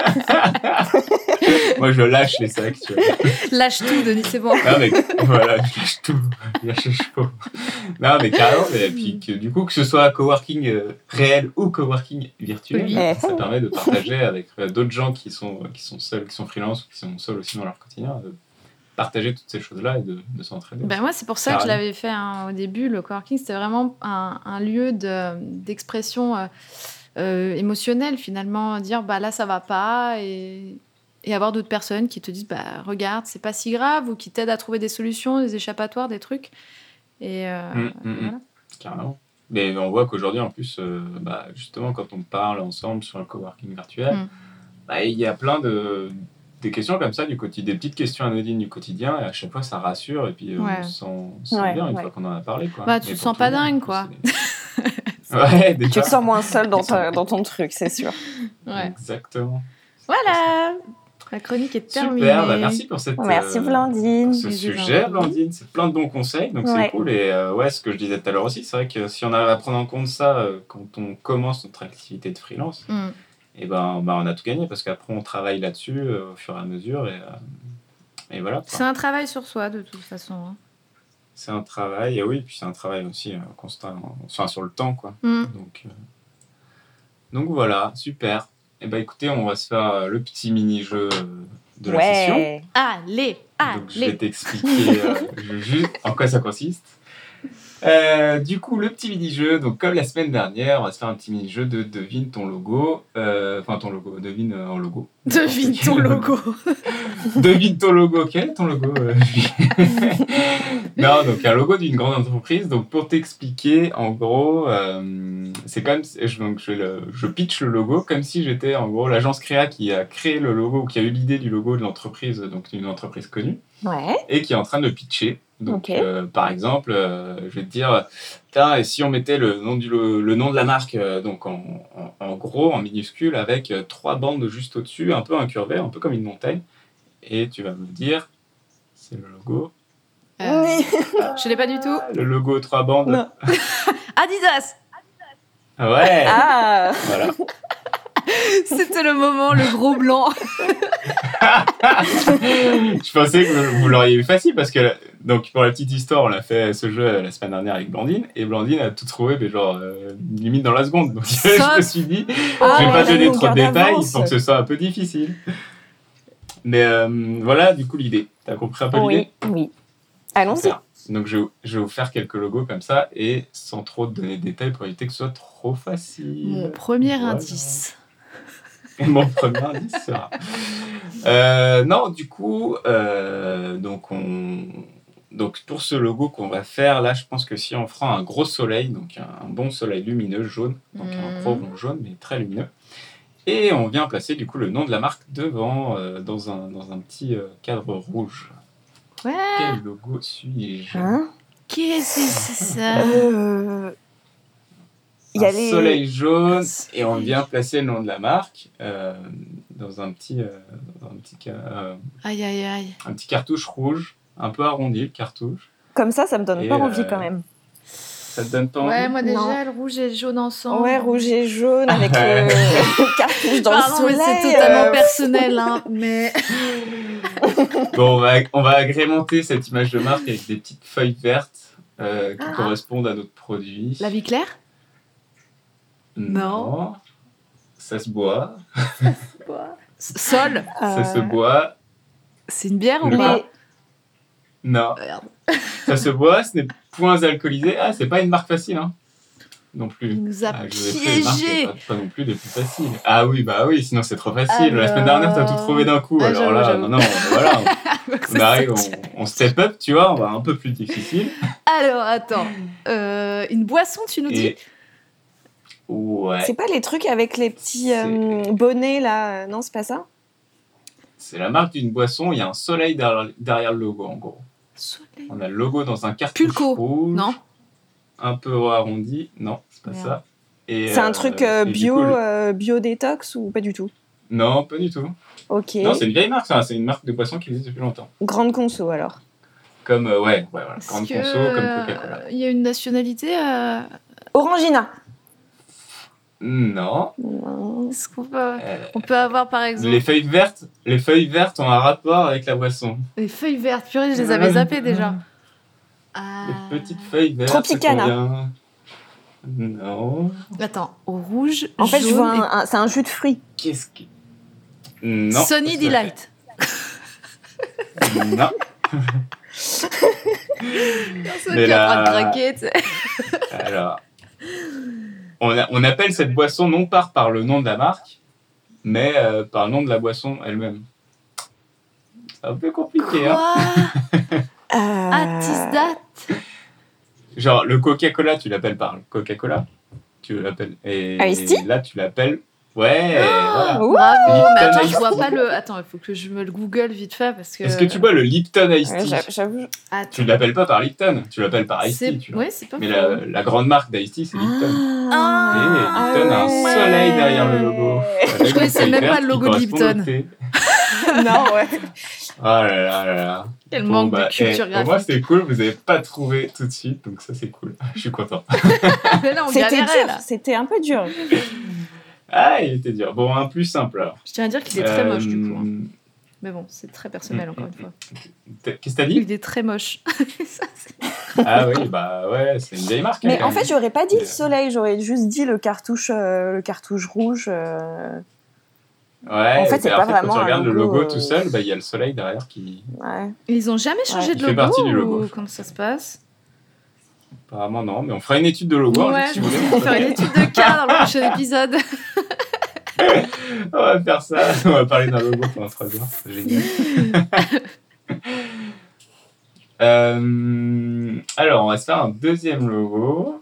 A: Moi, je lâche les sacs, tu vois.
B: Lâche tout, Denis, c'est bon.
A: Non, mais voilà, je lâche tout. Je lâche chaud. Non, mais carrément, et puis du coup, que ce soit coworking réel ou coworking virtuel, ça permet de partager avec d'autres gens qui sont seuls, qui sont freelance ou qui sont seuls aussi dans leur quotidien, de partager toutes ces choses-là et de s'entraider.
B: Moi, c'est pour ça que je l'avais fait au début. Le coworking, c'était vraiment un lieu d'expression émotionnelle, finalement. Dire, là, ça va pas, et avoir d'autres personnes qui te disent, regarde, c'est pas si grave, ou qui t'aident à trouver des solutions, des échappatoires, des trucs. Et voilà.
A: Carrément. Mais on voit qu'aujourd'hui, en plus, justement, quand on parle ensemble sur le coworking virtuel, il y a plein des questions comme ça, des petites questions anodines du quotidien, et à chaque fois, ça rassure, et puis on se sent bien une fois qu'on en a parlé. Quoi.
B: Tu te sens pas dingue, quoi.
A: Ouais,
C: tu te sens moins seul dans ton truc, c'est sûr.
B: Ouais.
A: Exactement.
B: Voilà. La chronique est terminée.
A: Super, merci pour
C: merci Blandine.
A: Pour ce sujet, Blandine. C'est plein de bons conseils, donc c'est cool. Et ce que je disais tout à l'heure aussi, c'est vrai que si on arrive à prendre en compte ça quand on commence notre activité de freelance, et on a tout gagné, parce qu'après on travaille là-dessus au fur et à mesure, et voilà. Quoi.
B: C'est un travail sur soi, de toute façon. Hein.
A: C'est un travail, et oui, puis c'est un travail aussi constant, sur le temps, quoi. Donc voilà, super. Écoutez, on va se faire le petit mini-jeu de la session.
B: Allez.
A: Donc, je vais t'expliquer juste en quoi ça consiste. Du coup, le petit mini-jeu, donc comme la semaine dernière, on va se faire un petit mini-jeu de devine ton logo. Ton logo, devine un logo.
B: Devine ton logo.
A: Devine ton logo. Quel est ton logo Non, donc un logo d'une grande entreprise. Donc pour t'expliquer, en gros, c'est comme je pitch le logo comme si j'étais en gros l'agence créa qui a créé le logo, ou qui a eu l'idée du logo de l'entreprise, donc d'une entreprise connue, et qui est en train de le pitcher. Donc, par exemple, je vais te dire, et si on mettait le nom de la marque, donc en gros, en minuscule, avec 3 bandes juste au-dessus, un peu incurvées, un peu comme une montagne, et tu vas me dire, c'est le logo.
B: Je l'ai pas du tout.
A: Le logo 3 bandes.
C: Non.
B: Adidas.
A: Ouais. Voilà.
B: C'était le moment, le gros blanc.
A: Je pensais que vous l'auriez eu facile, parce que donc pour la petite histoire, on a fait ce jeu la semaine dernière avec Blandine, et Blandine a tout trouvé, mais limite dans la seconde. Donc je me suis dit, je vais pas donner trop de détails pour que ce soit un peu difficile. Mais voilà, du coup, l'idée. T'as compris un peu l'idée ?
C: Oui. Allons-y.
A: Donc je vais vous faire quelques logos comme ça, et sans trop te donner de détails pour éviter que ce soit trop facile.
B: Mon premier indice.
A: Et mon premier indice sera... non, du coup, donc Donc pour ce logo qu'on va faire, là, je pense que si on fera un gros soleil, donc un bon soleil lumineux jaune, donc un gros rond jaune, mais très lumineux, et on vient placer du coup le nom de la marque devant, dans un petit cadre rouge.
B: Ouais.
A: Quel logo suis-je ?
B: Qu'est-ce que c'est ça?
C: Il y a
A: soleil jaune, et on vient placer le nom de la marque dans un petit cartouche rouge, un peu arrondi le cartouche.
C: Comme ça me donne pas envie quand même.
A: Ça te donne pas envie ?
B: Ouais, moi déjà, le rouge et le jaune ensemble.
C: Ouais, rouge et jaune avec le cartouche dans le soleil.
B: Mais c'est totalement personnel, hein, mais...
A: Bon, on va agrémenter cette image de marque avec des petites feuilles vertes qui correspondent à notre produit.
B: La vie claire ? Non.
A: Ça se boit.
B: Sol ?
A: Ça se boit.
B: C'est une bière ou pas ?
A: Non.
B: Merde.
A: Ça se boit, ce n'est point alcoolisé. Ah, c'est pas une marque facile, hein. Non plus.
B: Il nous a
A: piégés. Pas non plus des plus faciles. Ah oui, bah oui, sinon c'est trop facile. La semaine dernière, t'as tout trouvé d'un coup. Alors là,
B: j'avoue.
A: non, voilà. On arrive, on step up, tu vois, on va un peu plus difficile.
B: Alors, attends. Une boisson, tu nous dis ?
A: Ouais.
C: C'est pas les trucs avec les petits bonnets, là. Non, c'est pas ça ?
A: C'est la marque d'une boisson. Il y a un soleil derrière le logo, en gros.
B: Soleil.
A: On a le logo dans un cartouche rouge.
B: Non.
A: Un peu arrondi. Non, c'est pas ça. Et,
C: c'est un truc bio détox ou pas du tout ?
A: Non, pas du tout.
C: Ok.
A: Non, c'est une vieille marque, ça. C'est une marque de boisson qui existe depuis longtemps.
C: Grande conso, alors.
A: Comme, voilà. Grande conso, comme Coca-Cola.
B: Il y a une nationalité
C: Orangina.
A: Non.
B: Est-ce qu'on peut... on peut avoir, par exemple...
A: Les feuilles vertes ont un rapport avec la boisson.
B: Les feuilles vertes, purée, je les avais zappées déjà.
A: Les petites feuilles vertes.
C: Tropicana.
A: Non.
B: Attends, au rouge,
C: en fait,
B: jaune,
C: je vois c'est un jus de fruits.
A: Qu'est-ce que... Non.
B: Sunny Delight.
A: Non.
B: Mais là... en train de craquer, tu sais.
A: Alors, on appelle cette boisson non pas par le nom de la marque, mais par le nom de la boisson elle-même. C'est un peu compliqué,
B: hein. Tisdate.
A: Genre, le Coca-Cola, tu l'appelles par Coca-Cola. Tu l'appelles... Et là, tu l'appelles... Ouais, voilà.
B: Bravo, mais attends, je vois pas le... Attends, il faut que je me le Google vite fait, parce que...
A: Est-ce que tu bois le Lipton Iced Tea ?
C: J'avoue.
A: Tu ne l'appelles pas par Lipton, tu l'appelles par Iced Tea, tu vois.
B: Ouais, c'est pas
A: mais
B: faux.
A: la grande marque d'Iced Tea, c'est Lipton. Et Lipton a un
C: ouais.
A: soleil derrière le logo.
B: Je connaissais même pas le logo de Lipton.
C: Non, ouais.
A: Oh là là.
B: Quel manque de culture graphique.
A: Pour moi, c'était cool, vous n'avez pas trouvé tout de suite, donc ça, c'est cool. Je suis content.
B: Mais là, on
C: c'était
B: galérait,
C: dur,
B: là.
C: c'était un peu dur.
A: Ah, il était dur. Bon, un plus simple, alors.
B: Je tiens à dire qu'il est très moche, du coup. Hein. Mais bon, c'est très personnel, encore une fois.
A: Qu'est-ce que t'as dit ?
B: Il est très moche.
A: Ah oui, bah ouais, c'est une vieille marque.
C: Mais en fait, j'aurais pas dit le soleil, j'aurais juste dit le cartouche rouge.
A: Ouais,
C: en fait, c'est pas vraiment
A: quand tu regardes
C: logo,
A: le logo tout seul, bah, il y a le soleil derrière qui...
C: Ouais.
B: Ils ont jamais changé de
A: fait
B: logo
A: partie du logo.
B: ou comment ça se passe ?
A: Apparemment, non, mais on fera une étude de logo.
B: Ouais,
A: si
B: je
A: vous
B: pense
A: voulez.
B: qu'on va faire une étude de cas dans le prochain épisode.
A: On va faire ça. On va parler d'un logo pendant 3 heures. C'est génial. Alors, on va se faire un deuxième logo.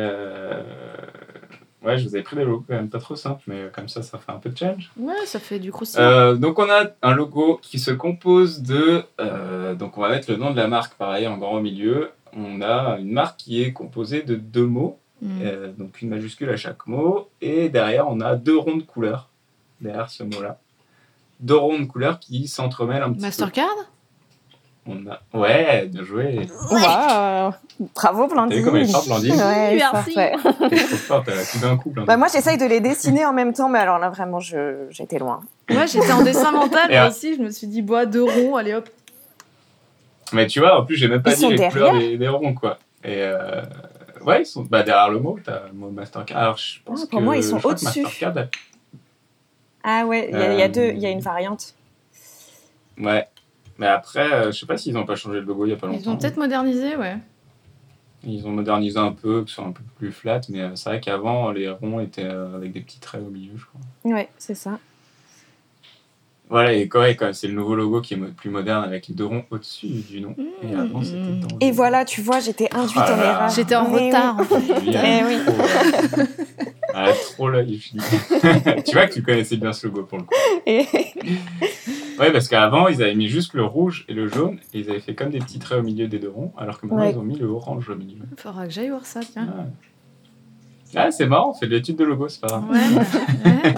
A: Ouais, je vous avais pris des logos quand même pas trop simples, mais comme ça fait un peu de challenge.
B: Ouais, ça fait du croustillant.
A: Donc, on a un logo qui se compose de... donc, on va mettre le nom de la marque, pareil, en grand au milieu. On a une marque qui est composée de 2 mots. Donc une majuscule à chaque mot, et derrière on a 2 ronds de couleurs derrière ce mot-là, 2 ronds de couleurs qui s'entremêlent un petit
B: Mastercard ?
A: peu. Ouais, bien joué.
C: Wow. Bravo Blandine.
A: T'as vu comme elle est forte, Blandine ?
C: Ouais,
B: Merci.
C: parfait.
A: T'es trop forte, elle a tout d'un coup. Blandine.
C: Bah, moi j'essaye de les dessiner en même temps, mais alors là vraiment j'étais loin.
B: Moi j'étais en dessin mental, moi aussi, je me suis dit, 2 ronds, allez hop.
A: Mais tu vois, en plus j'ai même pas
C: Ils
A: dit
C: sont
A: les couleurs
C: derrière
A: des ronds, quoi. Et ouais, ils sont derrière le mot, t'as le mot Mastercard. Alors je pense
C: pour moi ils sont
A: je crois
C: au-dessus.
A: que Mastercard
C: Ah ouais, il y a une variante.
A: Ouais. Mais après, je sais pas s'ils n'ont pas changé le logo il y a pas longtemps.
B: Ils ont peut-être modernisé, ouais.
A: Ils ont modernisé un peu, que ce soit un peu plus flat, mais c'est vrai qu'avant, les ronds étaient avec des petits traits au milieu, je crois.
C: Ouais, c'est ça.
A: Voilà, et quand même, c'est le nouveau logo qui est plus moderne avec les 2 ronds au-dessus du nom. Et avant, c'était dans le...
C: Et voilà, tu vois, j'étais induite
A: Ah là
C: en
A: là.
C: erreur.
B: J'étais en
C: Mais
B: retard.
C: oui.
B: En fait.
A: Julia,
C: oui.
A: Elle a trop l'œil, Julie. Tu vois que tu connaissais bien ce logo pour le coup.
C: Et-
A: Ouais, parce qu'avant, ils avaient mis juste le rouge et le jaune, et ils avaient fait comme des petits traits au milieu des 2 ronds, alors que maintenant,
C: Ouais.
A: ils ont mis le orange au milieu.
B: Faudra que j'aille voir ça, tiens.
A: Ah, c'est marrant, on fait de l'étude de logo, c'est pas grave.
B: Ouais.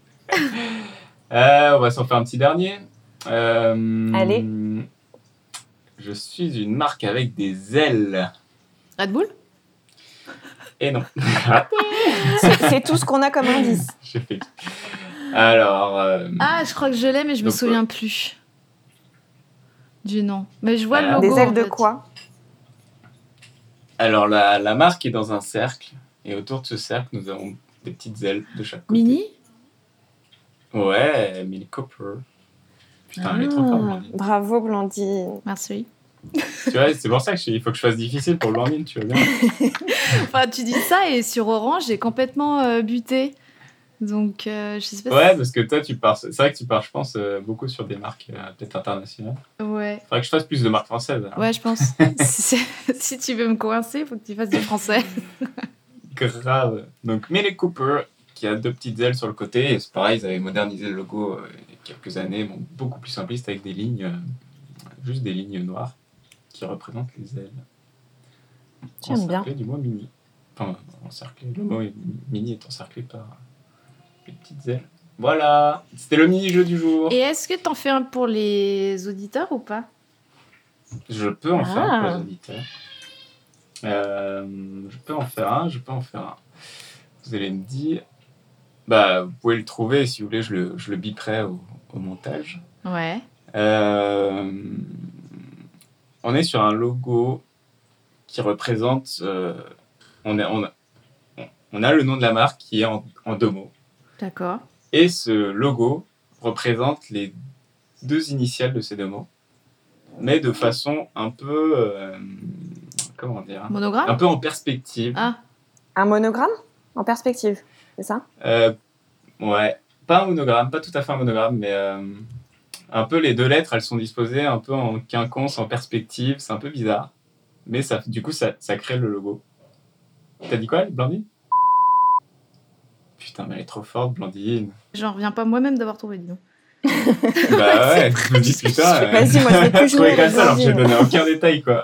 A: On va s'en faire un petit dernier.
C: Allez.
A: Je suis une marque avec des ailes.
B: Red Bull?
A: Et non.
C: c'est tout ce qu'on a comme indice.
A: J'ai fait. Alors.
B: Ah, je crois que je l'ai, mais je me
A: Donc,
B: souviens plus du nom. Mais je vois le
A: Alors,
B: logo.
C: Des ailes
B: en
C: de
B: fait.
C: quoi?
A: Alors, la marque est dans un cercle, et autour de ce cercle, nous avons des petites ailes de chaque côté.
B: Mini?
A: Ouais, Mini Cooper. Putain, elle est trop forte, Blandine.
C: Bravo, Blandine.
B: Merci.
A: Tu vois, c'est pour ça qu'il faut que je fasse difficile pour Blandine, tu vois bien.
B: Enfin, tu dis ça et sur Orange, j'ai complètement buté. Donc, je sais pas
A: Ouais, parce que toi, tu pars. C'est vrai que tu pars, je pense, beaucoup sur des marques peut-être internationales.
B: Ouais.
A: Faudrait que je fasse plus de marques françaises. Alors.
B: Ouais, je pense. Si tu veux me coincer, il faut que tu fasses du français.
A: Grave. Donc, Mini Cooper, qui a 2 petites ailes sur le côté. Et c'est pareil, ils avaient modernisé le logo il y a quelques années. Bon, beaucoup plus simpliste avec des lignes, juste des lignes noires qui représentent les ailes.
C: J'aime bien.
A: Encerclées du mot mini. Enfin, encerclé. Le mot mini est encerclé par les petites ailes. Voilà, c'était le mini-jeu du jour.
B: Et est-ce que t'en fais un pour les auditeurs ou pas?
A: Je peux en faire un pour les auditeurs. Je peux en faire un. Vous allez me dire... Bah, vous pouvez le trouver, si vous voulez, je le biperai au montage.
B: Ouais.
A: On est sur un logo qui représente... on a le nom de la marque qui est en 2 mots.
B: D'accord.
A: Et ce logo représente les 2 initiales de ces 2 mots, mais de façon un peu... comment dire? Un
B: Monogramme?
A: peu en perspective.
B: Ah.
C: Un monogramme en perspective, c'est ça?
A: Ouais, pas un monogramme, pas tout à fait un monogramme, mais un peu les 2 lettres, elles sont disposées un peu en quinconce, en perspective, c'est un peu bizarre. Mais ça, du coup, ça crée le logo. T'as dit quoi, Blandine? Putain, mais elle est trop forte, Blandine.
B: J'en reviens pas moi-même d'avoir trouvé, dis donc.
A: Bah ouais, je me dis putain.
C: Vas-y, moi je vais plus
A: Je trouvais
C: jouer.
A: comme ça alors que j'ai
C: Blandine.
A: donné aucun détail, quoi.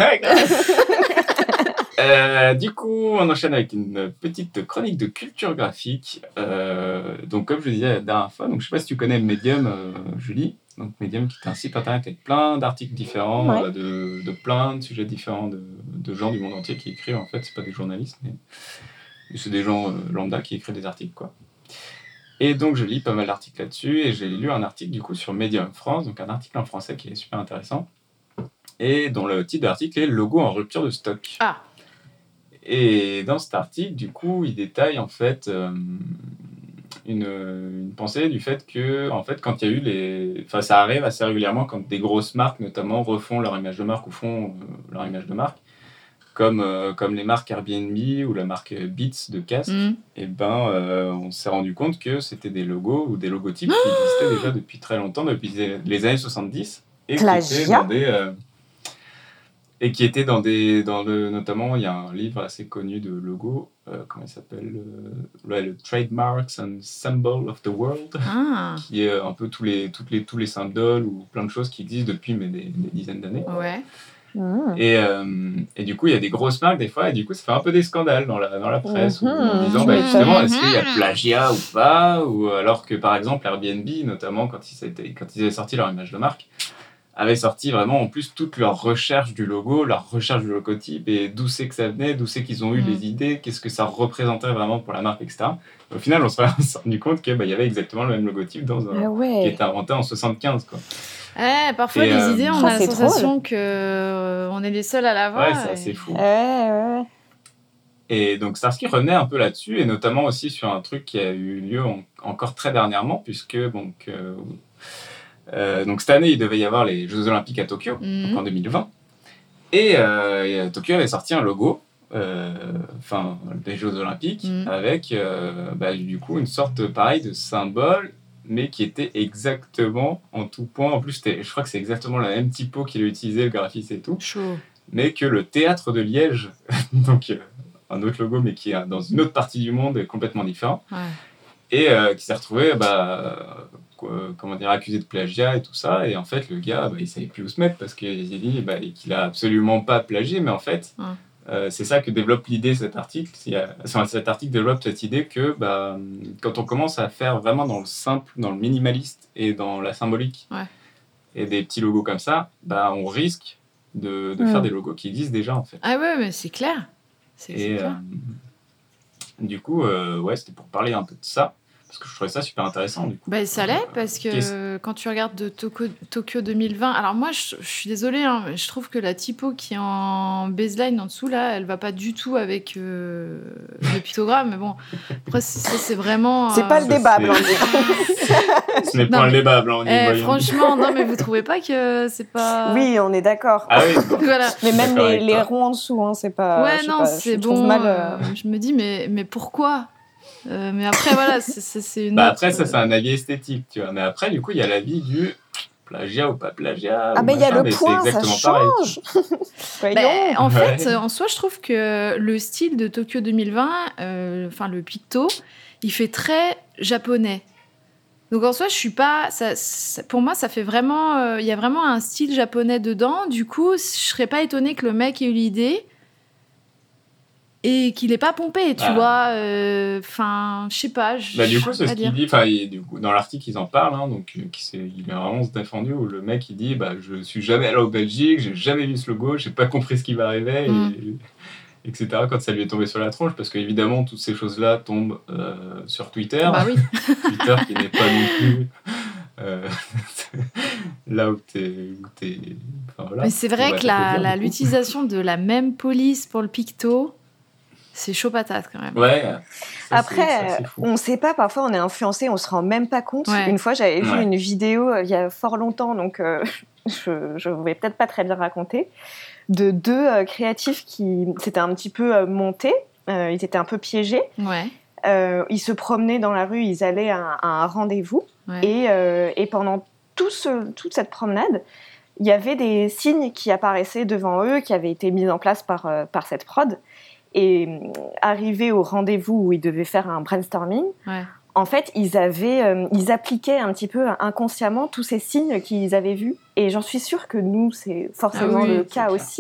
A: Du coup, on enchaîne avec une petite chronique de culture graphique. Donc, comme je le disais la dernière fois, donc, je ne sais pas si tu connais Medium, Julie. Donc, Medium, qui est un site internet avec plein d'articles différents,
C: Ouais.
A: de plein de sujets différents, de gens du monde entier qui écrivent. En fait, ce pas des journalistes, mais c'est des gens lambda qui écrivent des articles, quoi. Et donc, je lis pas mal d'articles là-dessus, et j'ai lu un article, du coup, sur Medium France, donc un article en français qui est super intéressant, et dont le titre de l'article est « Logo en rupture de stock ».
B: Ah.
A: Et dans cet article, du coup, il détaille en fait une pensée du fait que, en fait, quand il y a eu enfin, ça arrive assez régulièrement quand des grosses marques, notamment, refont leur image de marque ou font leur image de marque, comme les marques Airbnb ou la marque Beats de casque, et on s'est rendu compte que c'était des logos ou des logotypes qui existaient déjà depuis très longtemps, depuis les années 70, et qui étaient notamment, il y a un livre assez connu de logos, comment il s'appelle, le Trademarks and Symbols of the World, qui est un peu tous les symboles ou plein de choses qui existent depuis des dizaines d'années.
B: Ouais.
A: Et du coup, il y a des grosses marques des fois, et du coup, ça fait un peu des scandales dans la presse, en disant justement, est-ce qu'il y a plagiat ou pas, ou alors que par exemple Airbnb, notamment quand ils avaient sorti leur image de marque, avaient sorti vraiment en plus toute leur recherche du logo, leur recherche du logotype, et d'où c'est que ça venait, d'où c'est qu'ils ont eu les idées, qu'est-ce que ça représentait vraiment pour la marque, etc. Au final, on s'est rendu compte qu'il y avait exactement le même logotype qui était inventé en 75, quoi.
B: Parfois, les idées, on a la sensation
C: drôle.
B: qu'on est les seuls à l'avoir.
A: Ouais, c'est assez fou.
C: Ouais.
A: Et donc Starsky revenait un peu là-dessus, et notamment aussi sur un truc qui a eu lieu encore très dernièrement, puisque donc cette année, il devait y avoir les Jeux Olympiques à Tokyo, donc en 2020. Et Tokyo avait sorti un logo, des Jeux Olympiques, avec du coup une sorte pareil de symbole mais qui était exactement en tout point. En plus, je crois que c'est exactement la même typo qu'il a utilisé, le graphiste et tout.
B: Chaud.
A: Mais que le théâtre de Liège, donc un autre logo, mais qui est dans une autre partie du monde, est complètement différent.
B: Ouais.
A: Et qui s'est retrouvé accusé de plagiat et tout ça. Et en fait, le gars, il savait plus où se mettre parce qu'il s'est dit qu'il a absolument pas plagié. Mais en fait, c'est ça que développe l'idée, cet article. Cet article développe cette idée que quand on commence à faire vraiment dans le simple, dans le minimaliste et dans la symbolique, et des petits logos comme ça, on risque de faire des logos qui existent déjà, en fait.
B: Ah ouais, mais c'est clair. C'est clair.
A: Du coup, c'était pour parler un peu de ça, parce que je trouvais ça super intéressant. Du coup.
B: Ça l'est, parce que quand tu regardes de Tokyo 2020... Alors moi, je suis désolée, mais je trouve que la typo qui est en baseline en dessous, là, elle va pas du tout avec le pictogramme, mais bon, après, c'est vraiment...
C: C'est pas le débat, Blandine.
A: Ce n'est pas le débat, Blandine.
B: Franchement, non, mais vous trouvez pas que c'est pas...
C: Oui, on est d'accord.
A: Ah oui.
B: Voilà.
C: Mais même les ronds en dessous, c'est pas...
B: Ouais, non, c'est bon. Je me dis, mais pourquoi mais après, voilà, c'est une autre...
A: Après, ça, c'est un avis esthétique, tu vois. Mais après, du coup, il y a l'avis du plagiat ou pas plagiat.
C: Ah, mais il y a le point, ça change.
B: En fait, en soi, je trouve que le style de Tokyo 2020, le picto, il fait très japonais. Donc, en soi, je suis pas... pour moi, ça fait vraiment... Il y a vraiment un style japonais dedans. Du coup, je serais pas étonnée que le mec ait eu l'idée... et qu'il n'est pas pompé, tu vois. Je sais pas.
A: Du coup, c'est ce qu'il dit. Du coup, dans l'article, ils en parlent. Donc, il est vraiment se défendu où le mec, il dit je suis jamais allé en Belgique, j'ai jamais vu ce logo, j'ai pas compris ce qui m'arrivait, etc. Quand ça lui est tombé sur la tronche, parce qu'évidemment, toutes ces choses-là tombent sur Twitter.
B: Bah oui.
A: Twitter qui n'est pas non plus... là où t'es voilà.
B: Mais c'est vrai que l'utilisation de la même police pour le picto... C'est chaud patate quand même.
A: Ouais.
C: Après, on ne sait pas, parfois on est influencé, on ne se rend même pas compte. Ouais. Une fois, j'avais vu une vidéo il y a fort longtemps, donc je ne vais peut-être pas très bien raconter, de deux créatifs qui s'étaient un petit peu montés, ils étaient un peu piégés.
B: Ouais.
C: Ils se promenaient dans la rue, ils allaient à un rendez-vous. Ouais. Et pendant toute cette promenade, il y avait des signes qui apparaissaient devant eux, qui avaient été mis en place par cette prod. Et arrivés au rendez-vous où ils devaient faire un brainstorming, en fait, ils appliquaient un petit peu inconsciemment tous ces signes qu'ils avaient vus. Et j'en suis sûre que nous, c'est forcément le cas aussi,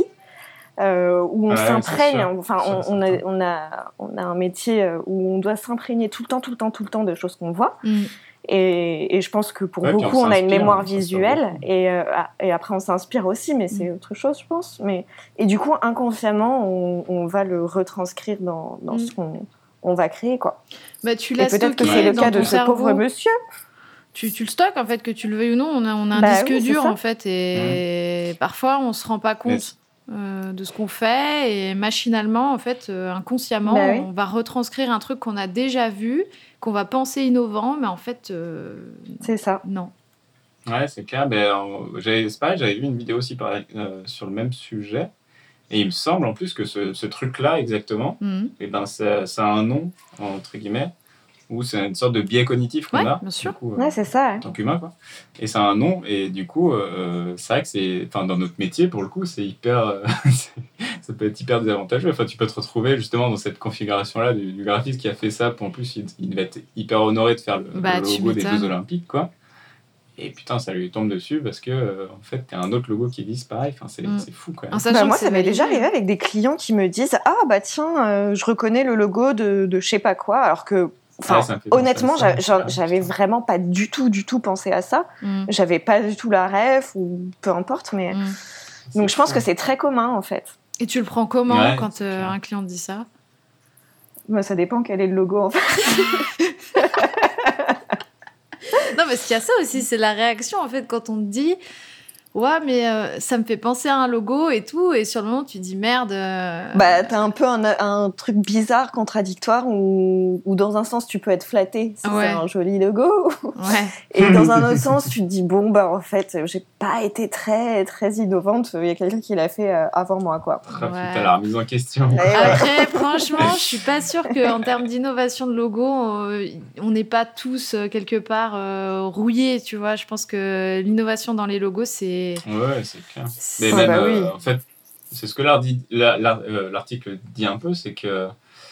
C: où on s'imprègne. Enfin, on a un métier où on doit s'imprégner tout le temps de choses qu'on voit. Et je pense que pour beaucoup, on a une mémoire visuelle et après on s'inspire aussi, mais c'est autre chose, je pense. Et du coup, inconsciemment, on va le retranscrire dans ce qu'on va créer, quoi.
B: Tu l'as stocké.
C: Peut-être que c'est le cas de ce pauvre monsieur.
B: Tu le stockes, en fait, que tu le veuilles ou non. On a un disque dur, en fait, et parfois, on se rend pas compte de ce qu'on fait, et machinalement, en fait, inconsciemment, on va retranscrire un truc qu'on a déjà vu, qu'on va penser innovant, mais en fait...
C: c'est ça.
B: Non.
A: Ouais, c'est clair. C'est pareil, j'avais vu une vidéo aussi sur le même sujet, et il me semble en plus que ce truc-là, exactement, ça a un nom, entre guillemets, où c'est une sorte de biais cognitif qu'on a.
B: Bien sûr.
A: Du coup,
C: c'est ça.
A: En tant qu'humain, quoi. Et ça a un nom, et du coup, c'est vrai que dans notre métier, pour le coup, c'est hyper... ça peut être hyper désavantageux. Enfin, tu peux te retrouver justement dans cette configuration-là du graphiste qui a fait ça. En plus, il va être hyper honoré de faire le logo des Jeux Olympiques, quoi. Et putain, ça lui tombe dessus parce que en fait, t'as un autre logo qui existe pareil. Enfin, c'est fou, quoi.
C: Moi, ça m'est déjà arrivé avec des clients qui me disent « Ah, tiens, je reconnais le logo de je sais pas quoi », alors que... honnêtement, j'avais vraiment pas du tout pensé à ça. J'avais pas du tout la ref ou peu importe, mais donc je pense que c'est très commun en fait.
B: Et tu le prends comment quand un client te dit ça ?
C: Ça dépend quel est le logo en fait.
B: Non, parce qu'il y a ça aussi, c'est la réaction en fait quand on te dit Ouais, mais ça me fait penser à un logo et tout, et sur le moment, tu te dis merde.
C: T'as un peu un truc bizarre, contradictoire, où dans un sens, tu peux être flatté si c'est un joli logo.
B: Ouais.
C: Et dans un autre sens, tu te dis, bon, en fait, j'ai pas été très, très innovante. Il y a quelqu'un qui l'a fait avant moi, quoi.
A: Putain, la remise en question.
B: Après, franchement, je suis pas sûre qu'en termes d'innovation de logo, on n'est pas tous quelque part rouillés, tu vois. Je pense que l'innovation dans les logos, c'est...
A: Ouais, c'est clair. Mais même, en fait, c'est ce que l'article dit un peu, c'est que,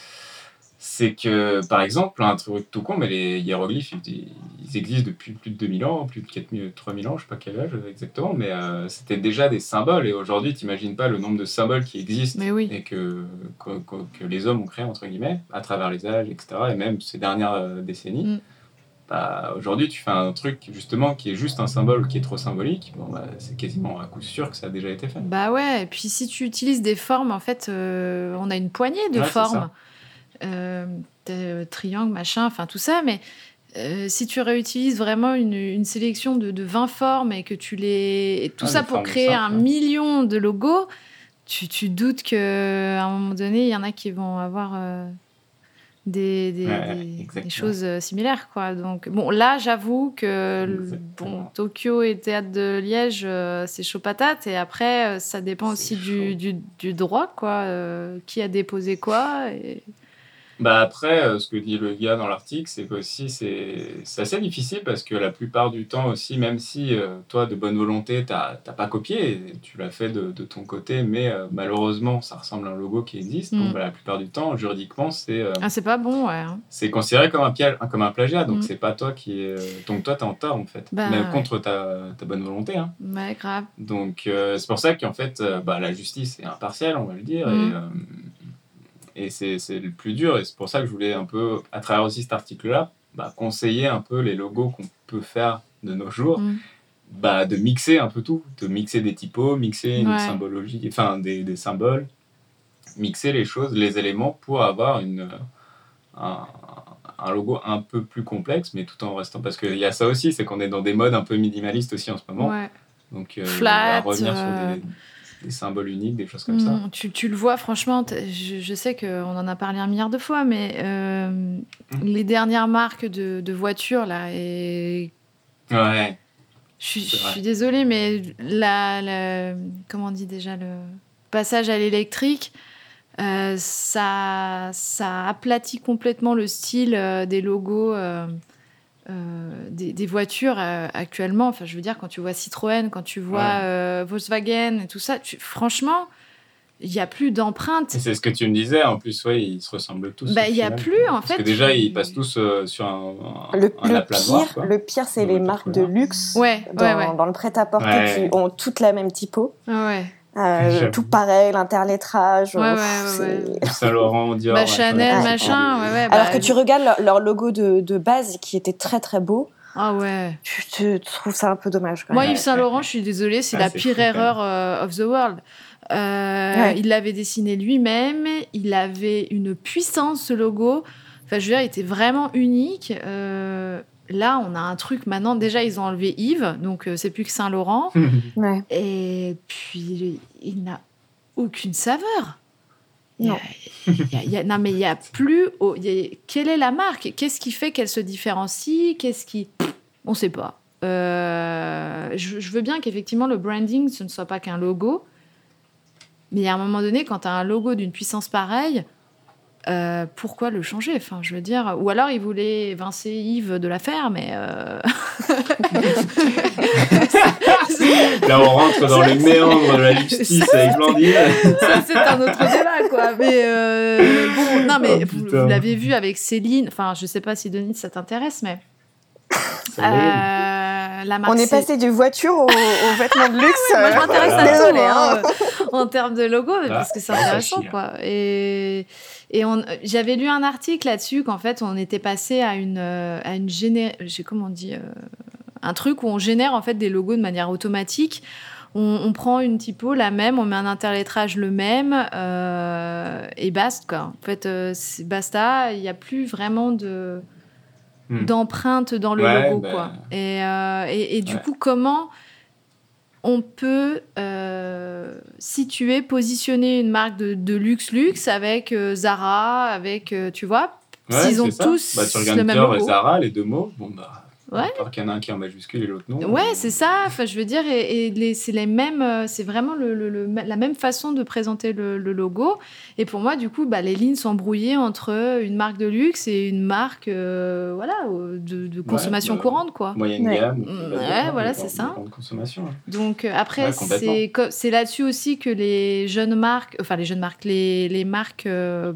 A: par exemple, un truc tout con, mais les hiéroglyphes, ils existent depuis plus de 2000 ans, plus de 3000 ans, je sais pas quel âge exactement, mais c'était déjà des symboles. Et aujourd'hui, t'imagines pas le nombre de symboles qui existent et que les hommes ont créé, entre guillemets, à travers les âges, etc. Et même ces dernières décennies. Aujourd'hui, tu fais un truc justement qui est juste un symbole qui est trop symbolique, c'est quasiment à coup sûr que ça a déjà été fait.
B: Bah ouais, et puis si tu utilises des formes, en fait, on a une poignée de formes. Triangle, machin, enfin tout ça, mais si tu réutilises vraiment une sélection de 20 formes et que tu tout ça pour créer un million de logos, tu doutes qu'à un moment donné, il y en a qui vont avoir des choses similaires, quoi. Donc, bon, là, j'avoue que Tokyo et Théâtre de Liège, c'est chaud patate. Et après, ça dépend aussi du droit, quoi. Qui a déposé quoi
A: après, ce que dit le gars dans l'article, c'est qu'aussi c'est assez difficile parce que la plupart du temps aussi, même si toi, de bonne volonté, t'as pas copié, tu l'as fait de ton côté, mais malheureusement, ça ressemble à un logo qui existe. Donc la plupart du temps, juridiquement, c'est
B: pas bon, ouais.
A: C'est considéré comme un plagiat, donc c'est pas toi qui donc toi, t'es en tort, en fait. Même contre ta bonne volonté. Hein.
B: Ouais, grave.
A: Donc c'est pour ça qu'en fait, la justice est impartiale, on va le dire, et c'est le plus dur, et c'est pour ça que je voulais un peu, à travers aussi cet article-là, conseiller un peu les logos qu'on peut faire de nos jours, de mixer un peu tout, de mixer des typos, mixer une symbologie, enfin des symboles, mixer les choses, les éléments pour avoir un logo un peu plus complexe, mais tout en restant, parce qu'il y a ça aussi, c'est qu'on est dans des modes un peu minimalistes aussi en ce moment, donc
B: flat,
A: revenir sur des symboles uniques, des choses comme ça.
B: Tu le vois, franchement, je sais qu'on en a parlé un milliard de fois, mais les dernières marques de voitures, là, et...
A: Ouais.
B: Je suis désolée, mais comment on dit déjà, le passage à l'électrique, ça aplatit complètement le style des logos des voitures actuellement. Enfin, je veux dire, quand tu vois Citroën, quand tu vois Volkswagen et tout ça, franchement, il n'y a plus d'empreintes.
A: Et c'est ce que tu me disais, en plus, ils se ressemblent tous.
B: Il n'y a plus, en fait.
A: Parce que déjà, ils passent tous sur un aplat noir.
C: Le pire, c'est les marques de luxe. Dans le prêt-à-porter qui ont toutes la même typo. Tout pareil, l'interlettrage.
A: Saint-Laurent, Dior.
B: Chanel, machin.
C: Alors que tu regardes leur logo de base qui était très très beau.
B: Ah ouais.
C: Tu trouves ça un peu dommage. Quand
B: même.
C: Moi,
B: Yves Saint-Laurent, je suis désolée, c'est la pire erreur of the world. Il l'avait dessiné lui-même, il avait une puissance, ce logo. Enfin, je veux dire, il était vraiment unique. Là, on a un truc maintenant. Déjà, ils ont enlevé Yves, donc c'est plus que Saint-Laurent. Et puis, il n'a aucune saveur.
C: Non.
B: Non, mais il n'y a plus. Quelle est la marque ? Qu'est-ce qui fait qu'elle se différencie ? On ne sait pas. Je veux bien qu'effectivement, le branding, ce ne soit pas qu'un logo. Mais à un moment donné, quand tu as un logo d'une puissance pareille, pourquoi le changer ? Enfin, je veux dire, ou alors il voulait évincer Yves de l'affaire, mais
A: là on rentre dans les méandres de la justice avec Blandine.
B: Ça c'est un autre débat, quoi. Mais bon, non, mais vous l'avez vu avec Céline. Enfin, je sais pas si Denis ça t'intéresse, mais la marque,
C: on est passé de voiture aux vêtements de luxe.
B: Moi, je m'intéresse à tout en termes de logo, parce que c'est intéressant, quoi. Et j'avais lu un article là-dessus qu'en fait, on était passé à un truc où on génère en fait des logos de manière automatique. On prend une typo, la même, on met un interlettrage le même, et basta, quoi. En fait, c'est basta. Il n'y a plus vraiment d'empreinte dans le logo, quoi. Et du coup, comment on peut positionner une marque de luxe avec Zara, avec, tu vois, s'ils ont tous
A: tu regardes
B: le même
A: Dior et
B: logo.
A: Zara, les deux mots, bon bah...
B: Ouais.
A: À part qu'il y en a un qui est en majuscule et l'autre non.
B: Ouais, c'est ça. Enfin, je veux dire, c'est les mêmes. C'est vraiment la même façon de présenter le logo. Et pour moi, du coup, les lignes sont brouillées entre une marque de luxe et une marque, de consommation courante, quoi.
A: Moyenne gamme.
B: Voilà, c'est ça.
A: De consommation. Ouais.
B: Donc après, c'est là-dessus aussi que les marques, les marques.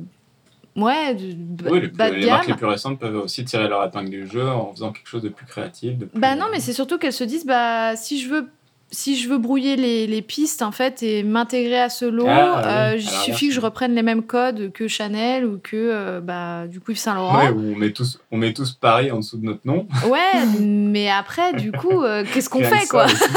A: Les marques les plus récentes peuvent aussi tirer leur épingle du jeu en faisant quelque chose de plus créatif.
B: Non, mais c'est surtout qu'elles se disent, si je veux brouiller les pistes en fait et m'intégrer à ce lot, il suffit que je reprenne les mêmes codes que Chanel ou que du coup Yves Saint Laurent.
A: Ouais, où on met tous Paris en dessous de notre nom.
B: Ouais, mais après du coup, qu'est-ce qu'on fait quoi aussi,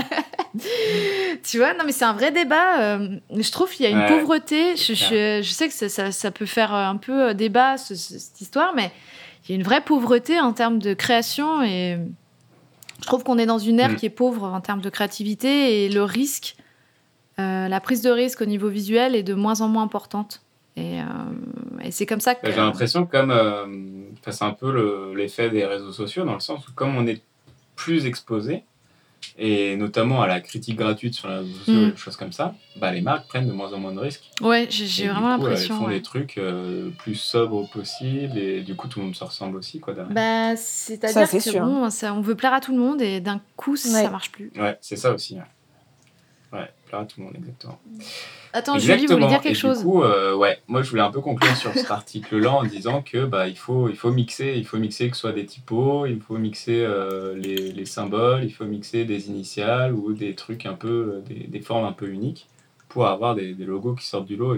B: tu vois, non mais c'est un vrai débat. Je trouve qu'il y a une pauvreté. Je sais que ça peut faire un peu débat cette histoire, mais il y a une vraie pauvreté en termes de création et je trouve qu'on est dans une ère qui est pauvre en termes de créativité et le risque, la prise de risque au niveau visuel est de moins en moins importante. Et c'est comme ça que...
A: J'ai l'impression que c'est un peu l'effet des réseaux sociaux dans le sens où comme on est plus exposé, et notamment à la critique gratuite sur les réseaux sociaux, des choses comme ça, les marques prennent de moins en moins de risques.
B: Ouais, j'ai vraiment l'impression.
A: Elles font des trucs plus sobres possible et du coup tout le monde se ressemble aussi quoi derrière.
B: C'est-à-dire que on veut plaire à tout le monde et d'un coup ça marche plus.
A: Ouais, c'est ça aussi. Ouais, plaire à tout le monde, exactement.
B: Attends, Julie, vous voulez dire quelque chose ?
A: Du coup, moi je voulais un peu conclure sur cet article-là en disant que il faut mixer que ce soit des typos, il faut mixer les symboles, il faut mixer des initiales ou des trucs un peu, des formes un peu uniques pour avoir des logos qui sortent du lot et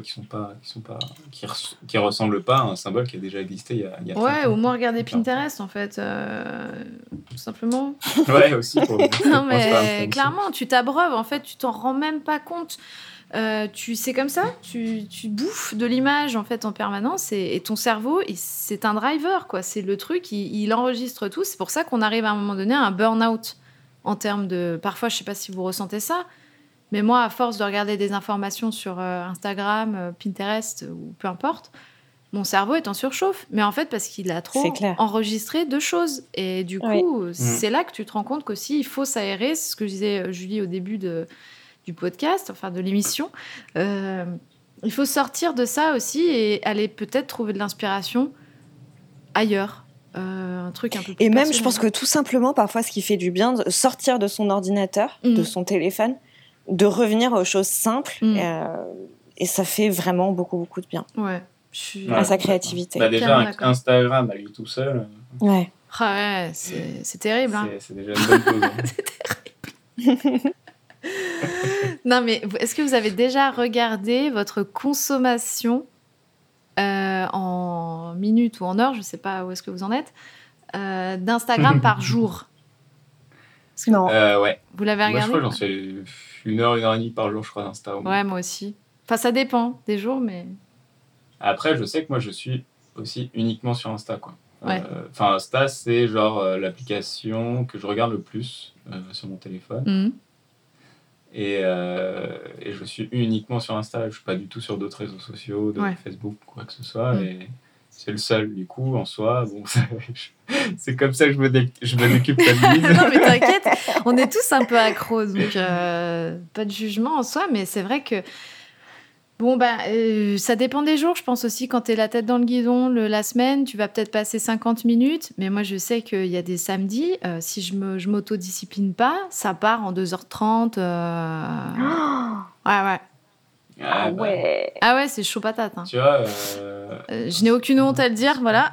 A: qui ressemblent pas à un symbole qui a déjà existé il y a 30 ans.
B: Ouais, au moins regarder Pinterest en fait, tout simplement.
A: Ouais, aussi pour
B: non mais clairement, tu t'abreuves en fait, tu t'en rends même pas compte. C'est comme ça, tu bouffes de l'image en fait en permanence et ton cerveau, c'est un driver quoi. C'est le truc, il enregistre tout. C'est pour ça qu'on arrive à un moment donné à un burn-out en termes de. Parfois, je sais pas si vous ressentez ça, mais moi, à force de regarder des informations sur Instagram, Pinterest ou peu importe, mon cerveau est en surchauffe. Mais en fait, parce qu'il a trop enregistré de choses et du coup, c'est là que tu te rends compte qu'aussi il faut s'aérer. C'est ce que je disais Julie au début du podcast, enfin de l'émission. Il faut sortir de ça aussi et aller peut-être trouver de l'inspiration ailleurs. Un truc un peu plus
C: et même,
B: personnel.
C: je pense que tout simplement, parfois, ce qui fait du bien, de sortir de son ordinateur, de son téléphone, de revenir aux choses simples, et ça fait vraiment beaucoup, beaucoup de bien.
B: Ouais.
C: À sa créativité.
A: Déjà, Instagram, à lui tout seul.
C: Ouais.
B: Ah ouais, c'est terrible. Hein.
A: C'est déjà une bonne chose.
B: C'est terrible. Non, mais est-ce que vous avez déjà regardé votre consommation en minutes ou en heures, je ne sais pas où est-ce que vous en êtes, d'Instagram par jour?
C: Non.
A: Ouais.
B: Vous l'avez regardé?
A: Moi, je crois que j'en fais 1h et demie par jour, je crois, d'Insta.
B: Ouais, moi aussi. Enfin, ça dépend des jours, mais...
A: Après, je sais que moi, je suis aussi uniquement sur Insta, quoi.
B: Ouais.
A: Insta, c'est genre l'application que je regarde le plus sur mon téléphone. Et je suis uniquement sur Insta. Je suis pas du tout sur d'autres réseaux sociaux, Facebook, quoi que ce soit. Et c'est le seul. Du coup, en soi, c'est comme ça que je me déculpabilise.
B: Non, mais t'inquiète, on est tous un peu accros, donc pas de jugement en soi, mais c'est vrai que ça dépend des jours. Je pense aussi quand t'es la tête dans le guidon la semaine, tu vas peut-être passer 50 minutes. Mais moi, je sais qu'il y a des samedis, si je m'autodiscipline pas, ça part en 2h30. Ouais.
C: Ah ouais.
B: Ah ouais, c'est chaud patate. Hein.
A: Tu vois,
B: je n'ai aucune honte à le dire, voilà.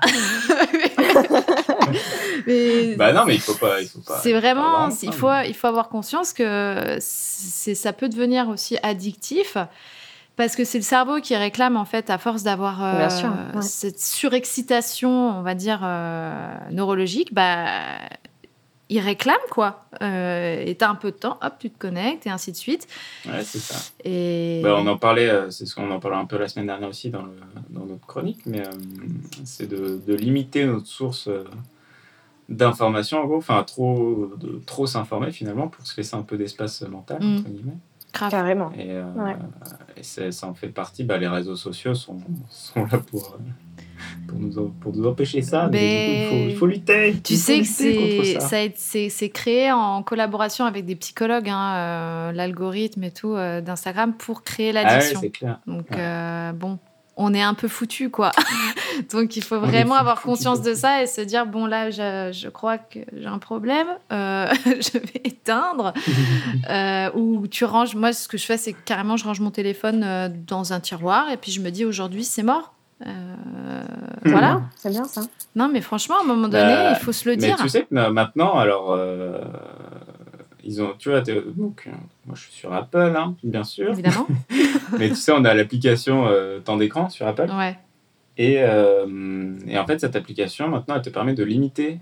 A: mais... non, mais il faut pas.
B: C'est vraiment, il faut avoir conscience que ça peut devenir aussi addictif. Parce que c'est le cerveau qui réclame, en fait, à force d'avoir cette surexcitation, on va dire, neurologique, il réclame, quoi. Et t'as un peu de temps, hop, tu te connectes, et ainsi de suite.
A: Ouais, c'est ça.
B: Et...
A: on en parlait, c'est ce qu'on en parlait un peu la semaine dernière aussi dans notre chronique, mais c'est de limiter notre source d'informations, en gros, enfin, trop s'informer finalement pour se laisser un peu d'espace mental, entre guillemets.
B: Grave.
C: Carrément.
A: Et ça en fait partie, les réseaux sociaux sont là pour nous empêcher ça, mais du coup, il faut lutter.
B: Tu sais que c'est créé en collaboration avec des psychologues, l'algorithme et tout d'Instagram pour créer l'addiction.
A: Ah ouais, c'est clair.
B: Donc bon, on est un peu foutu, quoi. Donc il faut vraiment avoir conscience de ça et se dire bon là, je crois que j'ai un problème, je vais éteindre. Ou tu ranges. Moi, ce que je fais, c'est que carrément je range mon téléphone dans un tiroir et puis je me dis aujourd'hui c'est mort. Voilà.
C: C'est bien ça.
B: Non, mais franchement, à un moment donné, il faut se le dire.
A: Mais tu sais que maintenant, alors, ils ont, tu vois, donc, moi je suis sur Apple, bien sûr.
B: Évidemment.
A: Mais tu sais, on a l'application temps d'écran sur Apple.
B: Ouais.
A: Et en fait, cette application, maintenant, elle te permet de limiter,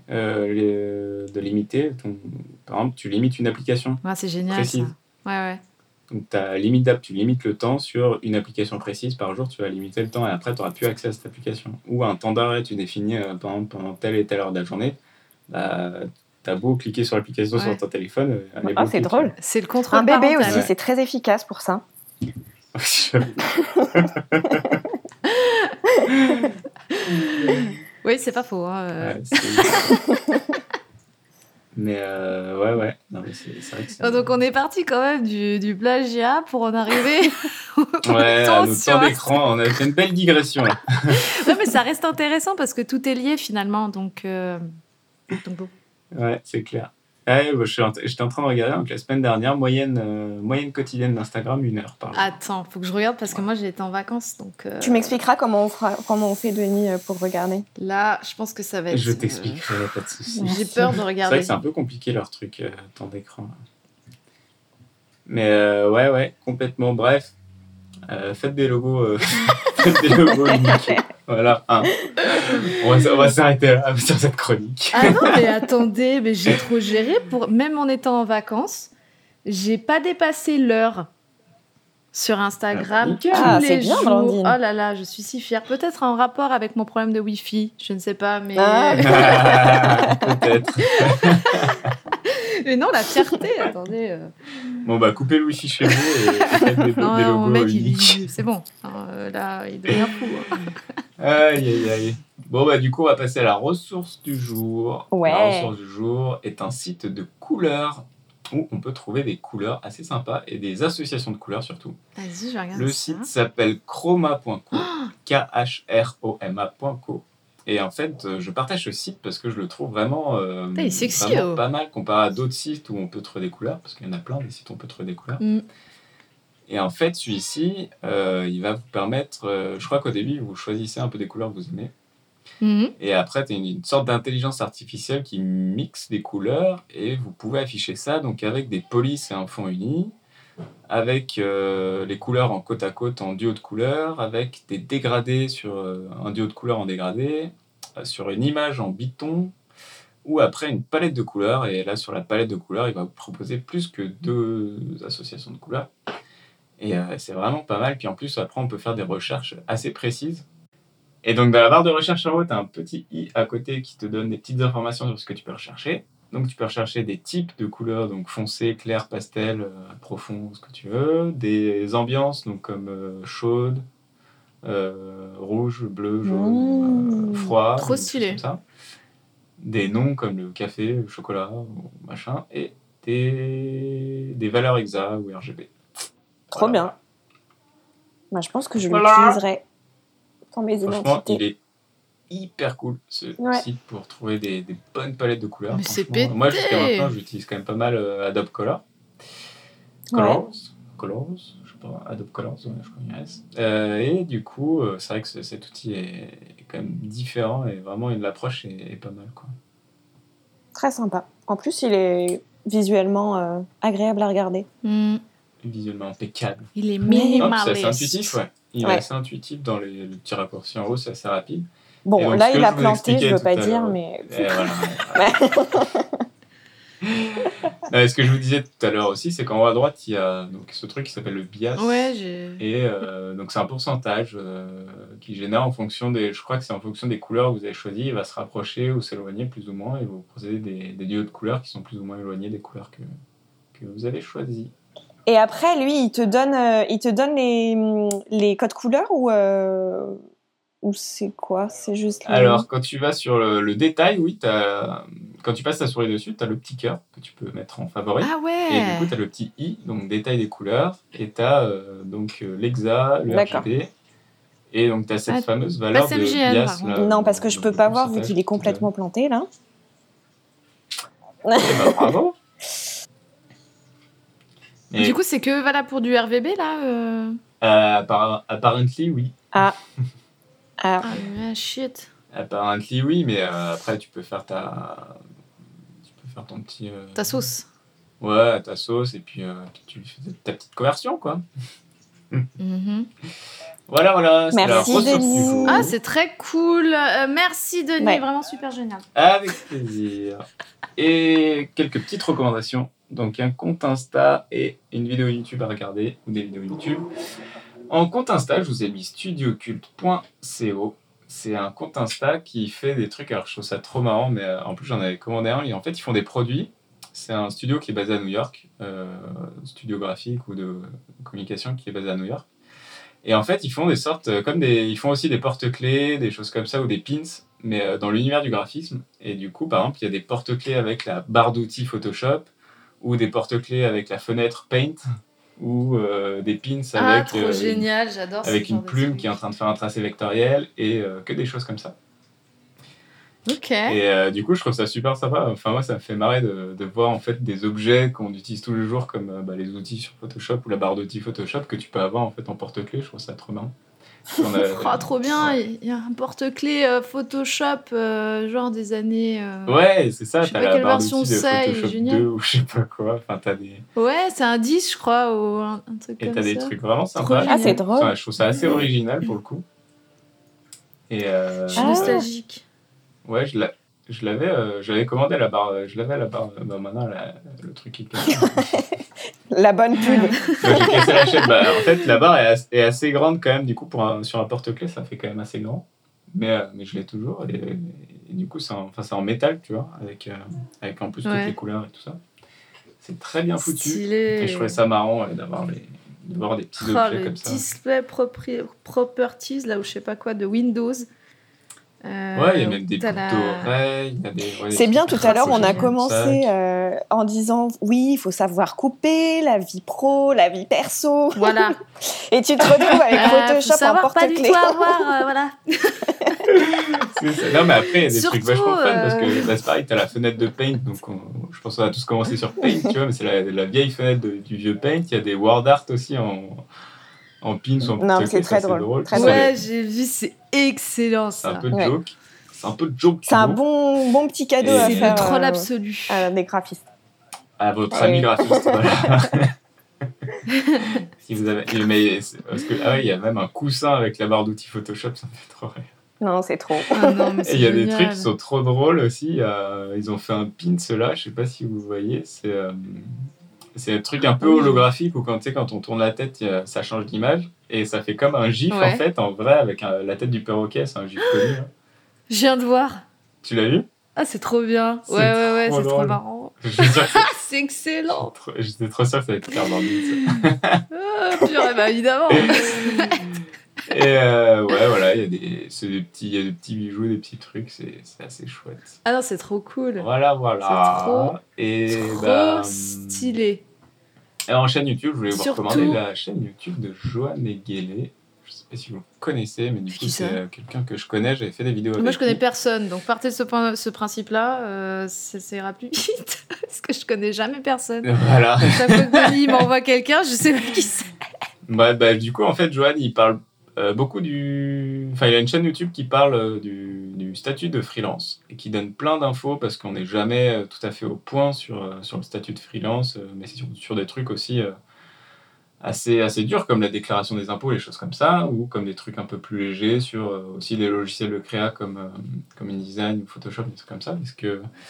A: par exemple, tu limites une application.
B: Ouais, c'est génial,
A: précise.
B: Ça. Ouais.
A: Donc, ta limite d'app, tu limites le temps sur une application précise. Par jour, tu vas limiter le temps et après, tu n'auras plus accès à cette application. Ou un temps d'arrêt, tu définis pendant telle et telle heure de la journée. T'as beau cliquer sur l'application sur ton téléphone.
C: C'est drôle.
B: C'est le contrôle
C: un bébé
B: parental.
C: aussi, c'est très efficace pour ça.
B: Oui, c'est pas faux.
A: Mais ouais. Non, mais c'est vrai que c'est...
B: Donc on est parti quand même du plagiat pour en arriver
A: à notre temps d'écran. On a fait une belle digression là.
B: Ouais, mais ça reste intéressant parce que tout est lié finalement. Donc bon.
A: Ouais, c'est clair. Ouais, j'étais en train de regarder, donc la semaine dernière, moyenne quotidienne d'Instagram, 1 heure par jour.
B: Attends, faut que je regarde parce que moi j'ai été en vacances. Donc,
C: Tu m'expliqueras comment on fait, Denis, pour regarder.
B: Là, je pense que ça va être...
A: Je t'expliquerai, pas de soucis.
B: J'ai peur de regarder.
A: C'est vrai que c'est un peu compliqué leur truc, temps d'écran. Mais ouais, complètement. Bref, faites des logos, uniques. Voilà, on va s'arrêter là sur cette chronique.
B: Ah non, mais attendez, mais j'ai trop géré. Même en étant en vacances, j'ai pas dépassé l'heure sur Instagram tous les
C: c'est bien,
B: jours.
C: Blandine.
B: Oh là là, je suis si fière. Peut-être en rapport avec mon problème de Wi-Fi, je ne sais pas, mais...
A: Peut-être.
B: Mais non, la fierté, attendez.
A: Bon, coupez le Wi-Fi chez vous et faites des logos
B: mon mec,
A: uniques.
B: c'est bon. Là, il devient fou.
A: Aïe. Bon, du coup, on va passer à la ressource du jour.
C: Ouais.
A: La ressource du jour est un site de couleurs où on peut trouver des couleurs assez sympas et des associations de couleurs surtout.
B: Vas-y, je regarde ça.
A: Le site s'appelle chroma.co, KHROMA.co. Et en fait, je partage ce site parce que je le trouve vraiment,
B: il est sexy,
A: vraiment pas mal comparé à d'autres sites où on peut trouver des couleurs, parce qu'il y en a plein des sites où on peut trouver des couleurs. Et en fait, celui-ci, il va vous permettre, je crois qu'au début, vous choisissez un peu des couleurs que vous aimez. Et après, tu as une sorte d'intelligence artificielle qui mixe des couleurs et vous pouvez afficher ça donc avec des polices et un fond uni, avec les couleurs en côte à côte en duo de couleurs, avec des dégradés sur un duo de couleurs en dégradé, sur une image en biton, ou après une palette de couleurs. Et là, sur la palette de couleurs, il va vous proposer plus que 2 associations de couleurs. Et c'est vraiment pas mal. Puis en plus, après, on peut faire des recherches assez précises. Et donc, dans la barre de recherche en haut, tu as un petit i à côté qui te donne des petites informations sur ce que tu peux rechercher. Donc, tu peux rechercher des types de couleurs, donc foncé, clair, pastel, profond, ce que tu veux. Des ambiances, donc comme chaude, rouge, bleu, jaune, froid.
B: Trop stylé.
A: Comme ça. Des noms comme le café, le chocolat, machin. Et des valeurs EXA ou RGB.
C: Trop bien. Je pense que je l'utiliserai pour mes identités.
A: Franchement, il est hyper cool ce site pour trouver des bonnes palettes de couleurs.
B: Mais c'est pété.
A: Moi, jusqu'à maintenant, j'utilise quand même pas mal Adobe Colors, je sais pas, Adobe Colors, je crois. Et du coup, c'est vrai que cet outil est quand même différent et vraiment l'approche est pas mal, quoi.
C: Très sympa. En plus, il est visuellement agréable à regarder.
A: Visuellement impeccable.
B: Il est minimaliste.
A: C'est assez intuitif, ouais. Il est assez intuitif dans les petits raccourcis en haut, c'est assez rapide.
C: Bon,
A: donc,
C: là, il a planté, je veux pas dire, mais...
A: Ce que je vous disais tout à l'heure aussi, c'est qu'en haut à droite, il y a donc, ce truc qui s'appelle le bias.
B: Ouais,
A: Et donc, c'est un pourcentage qui génère en fonction des... Je crois que c'est en fonction des couleurs que vous avez choisies. Il va se rapprocher ou s'éloigner plus ou moins. Et vous procédez des duos de couleurs qui sont plus ou moins éloignés des couleurs que vous avez choisies.
C: Et après, lui, il te donne les codes couleurs ou c'est quoi? C'est juste...
A: Alors, quand tu vas sur le détail, oui, quand tu passes ta souris dessus, tu as le petit cœur que tu peux mettre en favori.
B: Ah ouais.
A: Et du coup, tu as le petit i, donc détail des couleurs. Et tu as donc l'hexa, le
C: D'accord.
A: RGB. Et donc, tu as cette fameuse valeur de
B: SMGN,
A: bias.
B: par contre.
A: Là,
C: Non, parce que je
A: donc,
C: peux
A: le
C: pas voir vu
A: pourcentage
C: qu'il est
A: qui te donne.
C: complètement planté, là.
A: Eh ben, bravo. Et,
B: Du coup, c'est que valable pour du RVB, là
A: apparently, oui.
C: Ah.
B: Ah, mais shit.
A: Apparently, oui, mais après, tu peux faire ton petit...
B: Ta sauce.
A: Ouais, ta sauce, et puis tu fais ta petite conversion, quoi.
B: Mhm.
A: Voilà, c'est la
C: Merci,
A: ressource
C: Denis.
A: du jour.
B: Ah, c'est très cool. Merci, Denis.
C: Ouais.
B: Vraiment super génial.
A: Avec plaisir. Et quelques petites recommandations. Donc, un compte Insta et une vidéo YouTube à regarder, ou des vidéos YouTube. En compte Insta, je vous ai mis studioculte.co. C'est un compte Insta qui fait des trucs, alors je trouve ça trop marrant, mais en plus j'en avais commandé un, et en fait ils font des produits. C'est un studio qui est basé à New York, studio graphique ou de communication qui est basé à New York. Et en fait, ils font des sortes, ils font aussi des porte-clés, des choses comme ça, ou des pins, mais dans l'univers du graphisme. Et du coup, par exemple, il y a des porte-clés avec la barre d'outils Photoshop, ou des porte-clés avec la fenêtre Paint, ou des pins avec,
B: trop génial, j'adore
A: avec
B: ce genre
A: une
B: de
A: plume
B: truc.
A: qui est en train de faire un tracé vectoriel, et que des choses comme ça.
B: Ok.
A: Et du coup, je trouve ça super sympa. Enfin, moi, ça me fait marrer de voir en fait des objets qu'on utilise tous les jours, comme les outils sur Photoshop ou la barre d'outils Photoshop que tu peux avoir en fait en porte-clés. Je trouve ça trop marrant.
B: Trop bien.
A: Ouais,
B: Il y a un porte-clés Photoshop, genre des années.
A: ouais, c'est ça.
B: Je sais
A: T'as
B: pas
A: la
B: quelle
A: barre
B: version
A: d'outils de
B: c'est, il est
A: Photoshop
B: génial.
A: 2 ou je sais pas quoi. Enfin, t'as des...
B: Ouais, c'est un 10, je crois, ou un truc
A: Et
B: comme
A: t'as
B: ça.
A: des trucs vraiment
B: Trop
A: sympas.
B: génial.
C: Ah, c'est drôle.
A: Enfin, je trouve ça assez original pour le coup. Et
B: Je suis
C: Ah.
B: nostalgique.
A: ouais, j'avais commandé la barre. Je l'avais la barre. Bah, maintenant, le truc qui casse.
C: La bonne pub.
A: J'ai cassé la chaîne. Bah, en fait, la barre est assez grande quand même. Du coup, sur un porte-clés, ça fait quand même assez grand. Mais je l'ai toujours. Et du coup, c'est en métal, tu vois, avec en plus toutes les couleurs et tout ça. C'est très bien foutu.
B: Stylé.
A: Et je trouvais ça marrant d'avoir des petits objets
B: le
A: comme ça.
B: display properties, là, ou je sais pas quoi, de Windows.
A: Ouais, il y a même des
B: t'as
A: boucles d'oreilles.
C: C'est bien, tout à l'heure, on a
A: génial.
C: commencé en disant oui, il faut savoir couper la vie pro, la vie perso.
B: Voilà.
C: Et tu te retrouves avec
B: faut
C: Photoshop en
B: savoir pas du
C: porte-clés.
B: tout avoir, voilà.
A: Non, mais après, il y a des
B: Surtout,
A: trucs vachement fun parce que c'est pareil, t'as la fenêtre de Paint. Donc, je pense qu'on a tous commencé sur Paint, tu vois, mais c'est la vieille fenêtre du vieux Paint. Il y a des word art aussi en pins ou en
C: Non, mais c'est très
A: assez
C: drôle. Très
B: Ouais, j'ai vu, c'est excellent
A: C'est un
B: ça.
A: peu de joke. C'est un peu de joke.
C: C'est un bon petit cadeau
A: Et
C: à
B: C'est
C: faire
B: le troll absolu.
C: à des graphistes.
A: À votre ami graphiste, voilà. Si vous avez... parce que, il y a même un coussin avec la barre d'outils Photoshop, ça me fait trop rire.
C: Non, c'est trop.
B: Ah non, mais
A: Et
B: c'est
A: il y a des
B: génial.
A: trucs qui sont trop drôles aussi. Ils ont fait un pin, ceux-là, je sais pas si vous voyez. C'est un truc un peu holographique où quand on tourne la tête, ça change d'image. Et ça fait comme un gif en fait, en vrai, avec la tête du perroquet. C'est un gif connu. Hein.
B: Je viens de voir.
A: Tu l'as vu?
B: Ah, c'est trop bien.
A: C'est
B: Ouais,
A: trop
B: c'est trop
A: drôle.
B: marrant.
A: Je veux dire que
B: C'est excellent.
A: j'étais trop sûr que ça allait être Carbondine, ça.
B: Ah, purée, bah évidemment.
A: Et ouais, voilà, il y a des petits bijoux, des petits trucs, c'est assez chouette.
B: Ah non, c'est trop cool.
A: Voilà.
B: C'est trop,
A: Et
B: trop stylé.
A: Alors en chaîne YouTube, je voulais vous
B: Surtout-
A: recommander la chaîne YouTube de Joanne Eguélé. Je sais pas si vous le connaissez, mais du coup,
B: Qui ça
A: c'est quelqu'un que je connais, j'avais fait des vidéos avec
B: Moi, je connais
A: lui.
B: personne, donc partez de ce principe-là, ça ira plus vite, parce que je connais jamais personne.
A: Voilà.
B: Chaque fois que Denis m'envoie quelqu'un, je sais pas qui c'est.
A: Bah, du coup, en fait, Joanne, il parle beaucoup Enfin, il a une chaîne YouTube qui parle du statut de freelance et qui donne plein d'infos parce qu'on n'est jamais tout à fait au point sur le statut de freelance, mais c'est sur des trucs aussi assez durs comme la déclaration des impôts, les choses comme ça, ou comme des trucs un peu plus légers sur aussi des logiciels de créa comme InDesign ou Photoshop, des trucs comme ça, parce que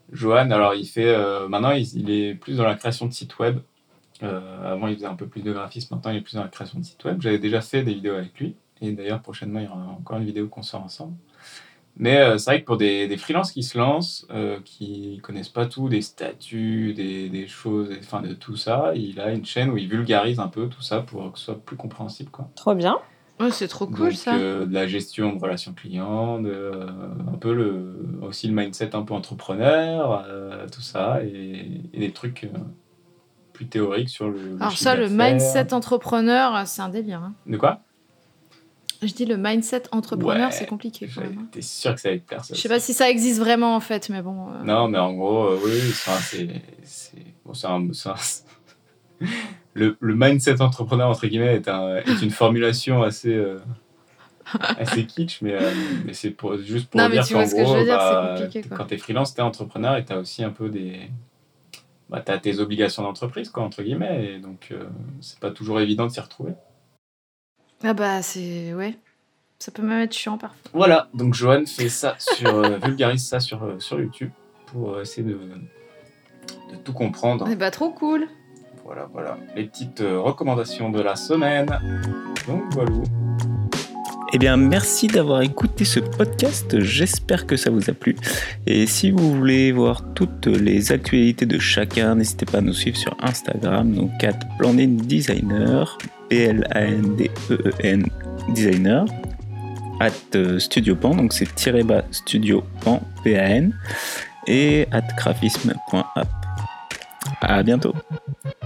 A: Johan, alors il fait maintenant il est plus dans la création de sites web. Avant il faisait un peu plus de graphisme, maintenant il est plus dans la création de sites web. J'avais déjà fait des vidéos avec lui et d'ailleurs prochainement il y aura encore une vidéo qu'on sort ensemble. Mais c'est vrai que pour des freelances qui se lancent, qui connaissent pas tout, des statuts, des choses, enfin de tout ça, il a une chaîne où il vulgarise un peu tout ça pour que ce soit plus compréhensible, quoi.
C: Trop bien.
B: Ouais, c'est trop cool.
A: Donc,
B: ça.
A: de la gestion de relations clients, un peu aussi le mindset un peu entrepreneur, tout ça, et des trucs plus théoriques sur le
B: Alors
A: chiffre
B: ça, le
A: d'affaires.
B: mindset entrepreneur, c'est un délire. Hein.
A: De quoi?
B: Je dis le mindset entrepreneur,
A: Ouais,
B: c'est compliqué quand même. Hein.
A: T'es sûr que ça va te plaire, ça
B: Je sais pas si ça existe vraiment en fait, mais bon.
A: Non, mais en gros, oui, le mindset entrepreneur, entre guillemets, est une formulation assez kitsch, mais c'est juste pour
B: Non, mais
A: dire
B: tu
A: qu'en
B: vois ce que je
A: gros,
B: veux dire, c'est compliqué, quoi.
A: quand t'es freelance, t'es entrepreneur et t'as aussi un peu t'as tes obligations d'entreprise, quoi, entre guillemets, et donc c'est pas toujours évident de s'y retrouver.
B: Ah bah, ouais. Ça peut même être chiant parfois.
A: Voilà, donc Johan fait ça vulgarise ça sur YouTube pour essayer de tout comprendre.
B: Eh bah, trop cool.
A: Voilà, les petites recommandations de la semaine. Donc voilà.
D: Eh bien, merci d'avoir écouté ce podcast. J'espère que ça vous a plu. Et si vous voulez voir toutes les actualités de chacun, n'hésitez pas à nous suivre sur Instagram, donc @PlandinDesigner, PLANDEEN Designer, @StudioPan, donc c'est _StudioPan, PAN, et @graphisme.app. À bientôt.